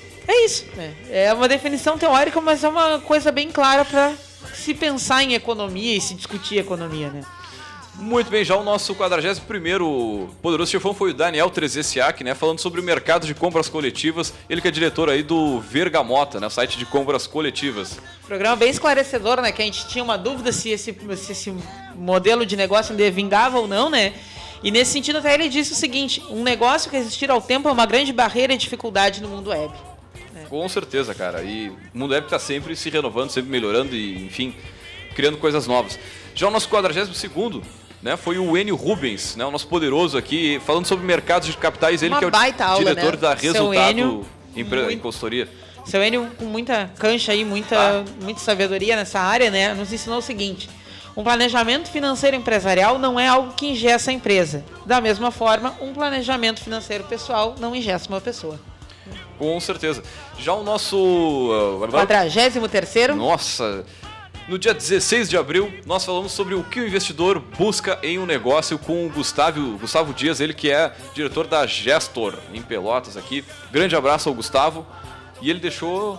É isso, né? É uma definição teórica, mas é uma coisa bem clara para se pensar em economia e se discutir economia, né? Muito bem, já o nosso quadragésimo primeiro poderoso chefão foi o Daniel Trezessiak, né, falando sobre o mercado de compras coletivas. Ele que é diretor aí do Vergamota, né, site de compras coletivas. Programa bem esclarecedor, né, que a gente tinha uma dúvida se esse, se esse modelo de negócio ainda vingava ou não, né? E nesse sentido até ele disse o seguinte: um negócio que resistir ao tempo é uma grande barreira e dificuldade no mundo web. Né? Com certeza, cara. E o mundo web está sempre se renovando, sempre melhorando e, enfim, criando coisas novas. Já o nosso quadragésimo segundo, né, foi o Enio Rubens, né, o nosso poderoso aqui, falando sobre mercados de capitais. Ele Uma que é o baita aula, diretor né? da Seu Resultado Enio, em, pre- muito- em consultoria. Seu Enio, com muita cancha aí, muita, Ah. muita sabedoria nessa área, né, nos ensinou o seguinte: um planejamento financeiro empresarial não é algo que ingessa a empresa. Da mesma forma, um planejamento financeiro pessoal não ingessa uma pessoa. Com certeza. Já o nosso... Uh, Quadragésimo terceiro. Nossa... No dia dezesseis de abril, nós falamos sobre o que o investidor busca em um negócio com o Gustavo, Gustavo Dias, ele que é diretor da Gestor em Pelotas aqui. Grande abraço ao Gustavo. E ele deixou...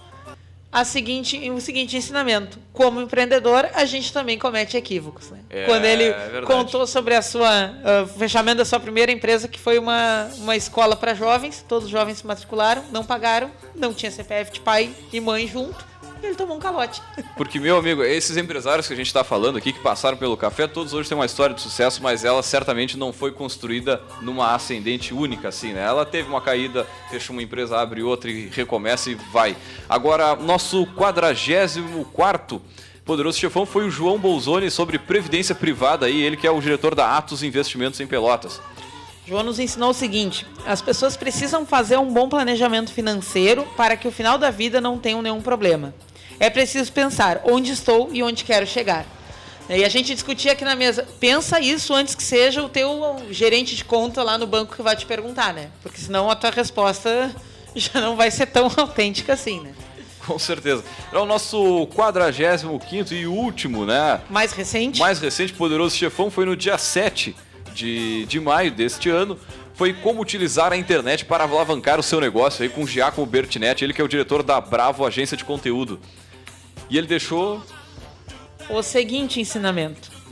A seguinte, o seguinte ensinamento: como empreendedor, a gente também comete equívocos, né? É, Quando ele é verdade. contou sobre a sua uh, fechamento da sua primeira empresa, que foi uma, uma escola para jovens, todos os jovens se matricularam, não pagaram, não tinha C P F de pai e mãe junto, e ele tomou um calote. Porque, meu amigo, esses empresários que a gente está falando aqui, que passaram pelo café, todos hoje têm uma história de sucesso, mas ela certamente não foi construída numa ascendente única, assim, né? Ela teve uma caída, fecha uma empresa, abre outra e recomeça e vai. Agora, nosso quadragésimo quarto poderoso chefão foi o João Bolzoni, sobre previdência privada, aí, ele que é o diretor da Atos Investimentos em Pelotas. João nos ensinou o seguinte: as pessoas precisam fazer um bom planejamento financeiro para que o final da vida não tenham nenhum problema. É preciso pensar onde estou e onde quero chegar. E a gente discutia aqui na mesa: pensa isso antes que seja o teu gerente de conta lá no banco que vai te perguntar, né? Porque senão a tua resposta já não vai ser tão autêntica assim, né? Com certeza. É o nosso quadragésimo quinto e último, né? Mais recente. Mais recente, poderoso chefão, foi no dia sete de, de maio deste ano. Foi como utilizar a internet para alavancar o seu negócio aí com o Giacomo Bertinetti, ele que é o diretor da Bravo Agência de Conteúdo. E ele deixou... O seguinte ensinamento: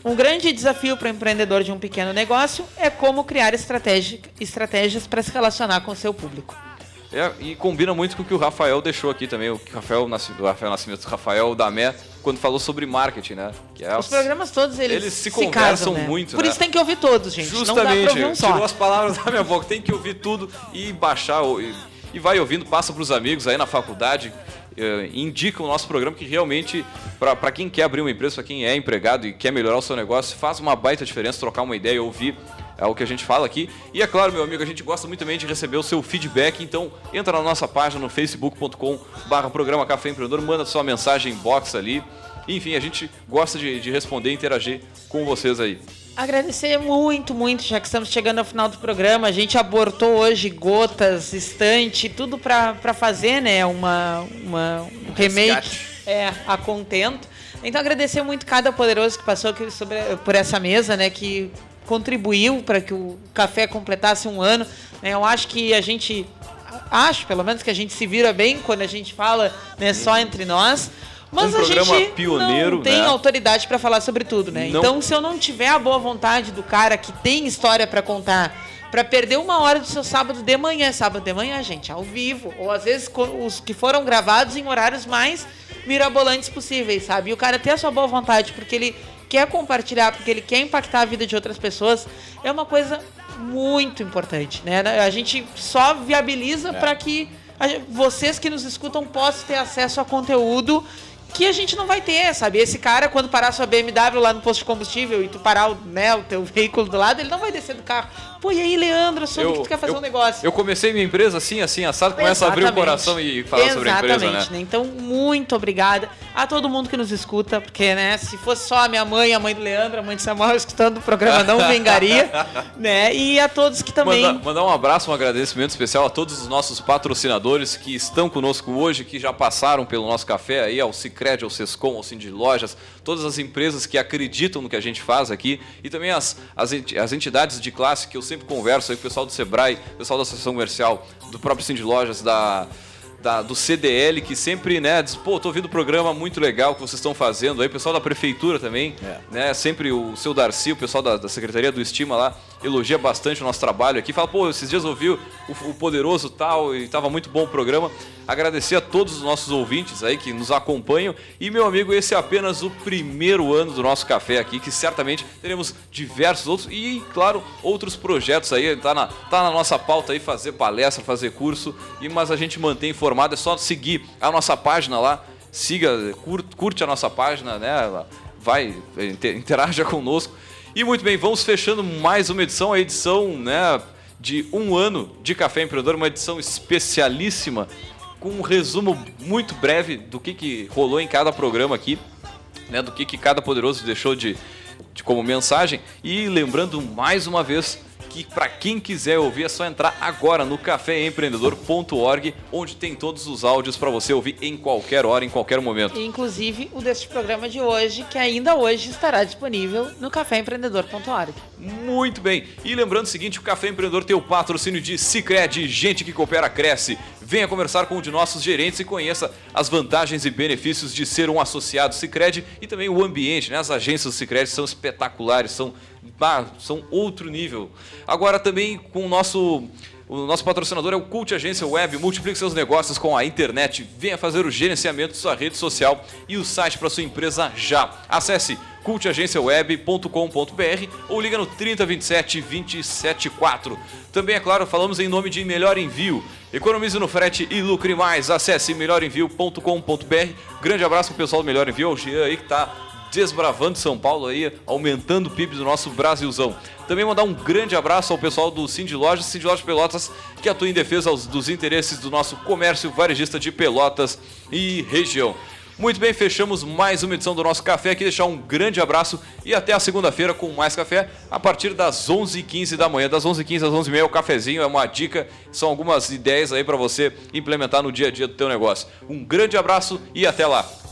Um grande desafio para o empreendedor de um pequeno negócio é como criar estratégia, estratégias para se relacionar com o seu público. É, e combina muito com o que o Rafael deixou aqui também, o Rafael Nascimento, o Rafael Nascimento, o Rafael Damé, quando falou sobre marketing, né? Que é os, os programas todos, eles, eles se, se conversam casam, né? muito, Por né? isso tem que ouvir todos, gente. Justamente, não dá pra ouvir um só. Tirou as palavras da minha boca, tem que ouvir tudo e baixar, e, e vai ouvindo, passa para os amigos aí na faculdade, eh, indica o nosso programa que realmente, para quem quer abrir uma empresa, para quem é empregado e quer melhorar o seu negócio, faz uma baita diferença, trocar uma ideia e ouvir é o que a gente fala aqui. E é claro, meu amigo, a gente gosta muito também de receber o seu feedback, então entra na nossa página no facebook ponto com barra programa Café Empreendedor, manda sua mensagem inbox ali. Enfim, a gente gosta de, de responder e interagir com vocês aí. Agradecer muito, muito, já que estamos chegando ao final do programa. A gente abortou hoje gotas, estante, tudo para fazer, né, uma, uma, um remake é, a contento. Então agradecer muito cada poderoso que passou aqui sobre, por essa mesa, né, que contribuiu para que o café completasse um ano. Eu acho que a gente, acho pelo menos que a gente se vira bem quando a gente fala, né, só entre nós. Mas um a gente pioneiro, não tem, né, autoridade para falar sobre tudo, né? Não. Então, se eu não tiver a boa vontade do cara que tem história para contar, para perder uma hora do seu sábado de manhã, sábado de manhã, gente, ao vivo, ou às vezes os que foram gravados em horários mais mirabolantes possíveis, sabe? E o cara ter a sua boa vontade, porque ele quer compartilhar, porque ele quer impactar a vida de outras pessoas, é uma coisa muito importante, né? A gente só viabiliza é. para que a, vocês que nos escutam possam ter acesso a conteúdo que a gente não vai ter, sabe? Esse cara, quando parar sua B M W lá no posto de combustível e tu parar o, né, o teu veículo do lado, ele não vai descer do carro. Pô, e aí, Leandro, soube que tu quer fazer eu, um negócio. Eu comecei minha empresa assim, assim, assado, começa a abrir o coração e falar Exatamente, sobre a empresa, né? né? Então, muito obrigada a todo mundo que nos escuta, porque, né, se fosse só a minha mãe, a mãe do Leandro, a mãe de Samuel escutando o programa não vingaria, né? E a todos que também... Mandar, mandar um abraço, um agradecimento especial a todos os nossos patrocinadores que estão conosco hoje, que já passaram pelo nosso café aí, ao Sicredi, ao Sescom, ao Cindy Lojas, todas as empresas que acreditam no que a gente faz aqui e também as, as, as entidades de classe que eu sempre converso aí com o pessoal do Sebrae, o pessoal da Associação Comercial, do próprio Cindy Lojas, da... Da, do C D L, que sempre, né, diz, pô, tô ouvindo o programa muito legal que vocês estão fazendo aí, o pessoal da prefeitura também, é. né, sempre o seu Darcy, o pessoal da, da Secretaria do Estima lá, elogia bastante o nosso trabalho aqui, fala, pô, esses dias eu ouvi o, o Poderoso tal, e tava muito bom o programa. Agradecer a todos os nossos ouvintes aí que nos acompanham, e meu amigo, esse é apenas o primeiro ano do nosso café aqui, que certamente teremos diversos outros, e claro, outros projetos aí, tá na, tá na nossa pauta aí, fazer palestra, fazer curso, e, mas a gente mantém informado, é só seguir a nossa página lá, siga, curte, curte a nossa página, né, vai, interaja conosco. E muito bem, vamos fechando mais uma edição, a edição, né, de um ano de Café Empreendedor, uma edição especialíssima, com um resumo muito breve do que, que rolou em cada programa aqui, né, do que, que cada poderoso deixou de, de como mensagem. E lembrando mais uma vez que para quem quiser ouvir é só entrar agora no café empreendedor ponto org, onde tem todos os áudios para você ouvir em qualquer hora, em qualquer momento. Inclusive o deste programa de hoje, que ainda hoje estará disponível no café empreendedor ponto org. Muito bem. E lembrando o seguinte, o Café Empreendedor tem o patrocínio de Sicredi, gente que coopera cresce. Venha conversar com um de nossos gerentes e conheça as vantagens e benefícios de ser um associado Sicredi e também o ambiente, né? As agências do Sicredi são espetaculares, são, ah, são outro nível. Agora também com o nosso... O nosso patrocinador é o Cult Agência Web. Multiplique seus negócios com a internet. Venha fazer o gerenciamento de sua rede social e o site para sua empresa já. Acesse cult agência web ponto com ponto b r ou liga no trinta, vinte e sete, vinte e sete, quatro. Também, é claro, falamos em nome de Melhor Envio. Economize no frete e lucre mais. Acesse melhor envio ponto com ponto b r. Grande abraço pro pessoal do Melhor Envio, o Jean aí que tá desbravando São Paulo aí, aumentando o P I B do nosso Brasilzão. Também mandar um grande abraço ao pessoal do Cindy Lojas, Cindy Lojas Pelotas, que atua em defesa aos, dos interesses do nosso comércio varejista de Pelotas e região. Muito bem, fechamos mais uma edição do nosso café aqui, deixar um grande abraço e até a segunda-feira com mais café a partir das onze e quinze da manhã, das onze e quinze às onze e meia, o cafezinho é uma dica, são algumas ideias aí para você implementar no dia a dia do teu negócio. Um grande abraço e até lá.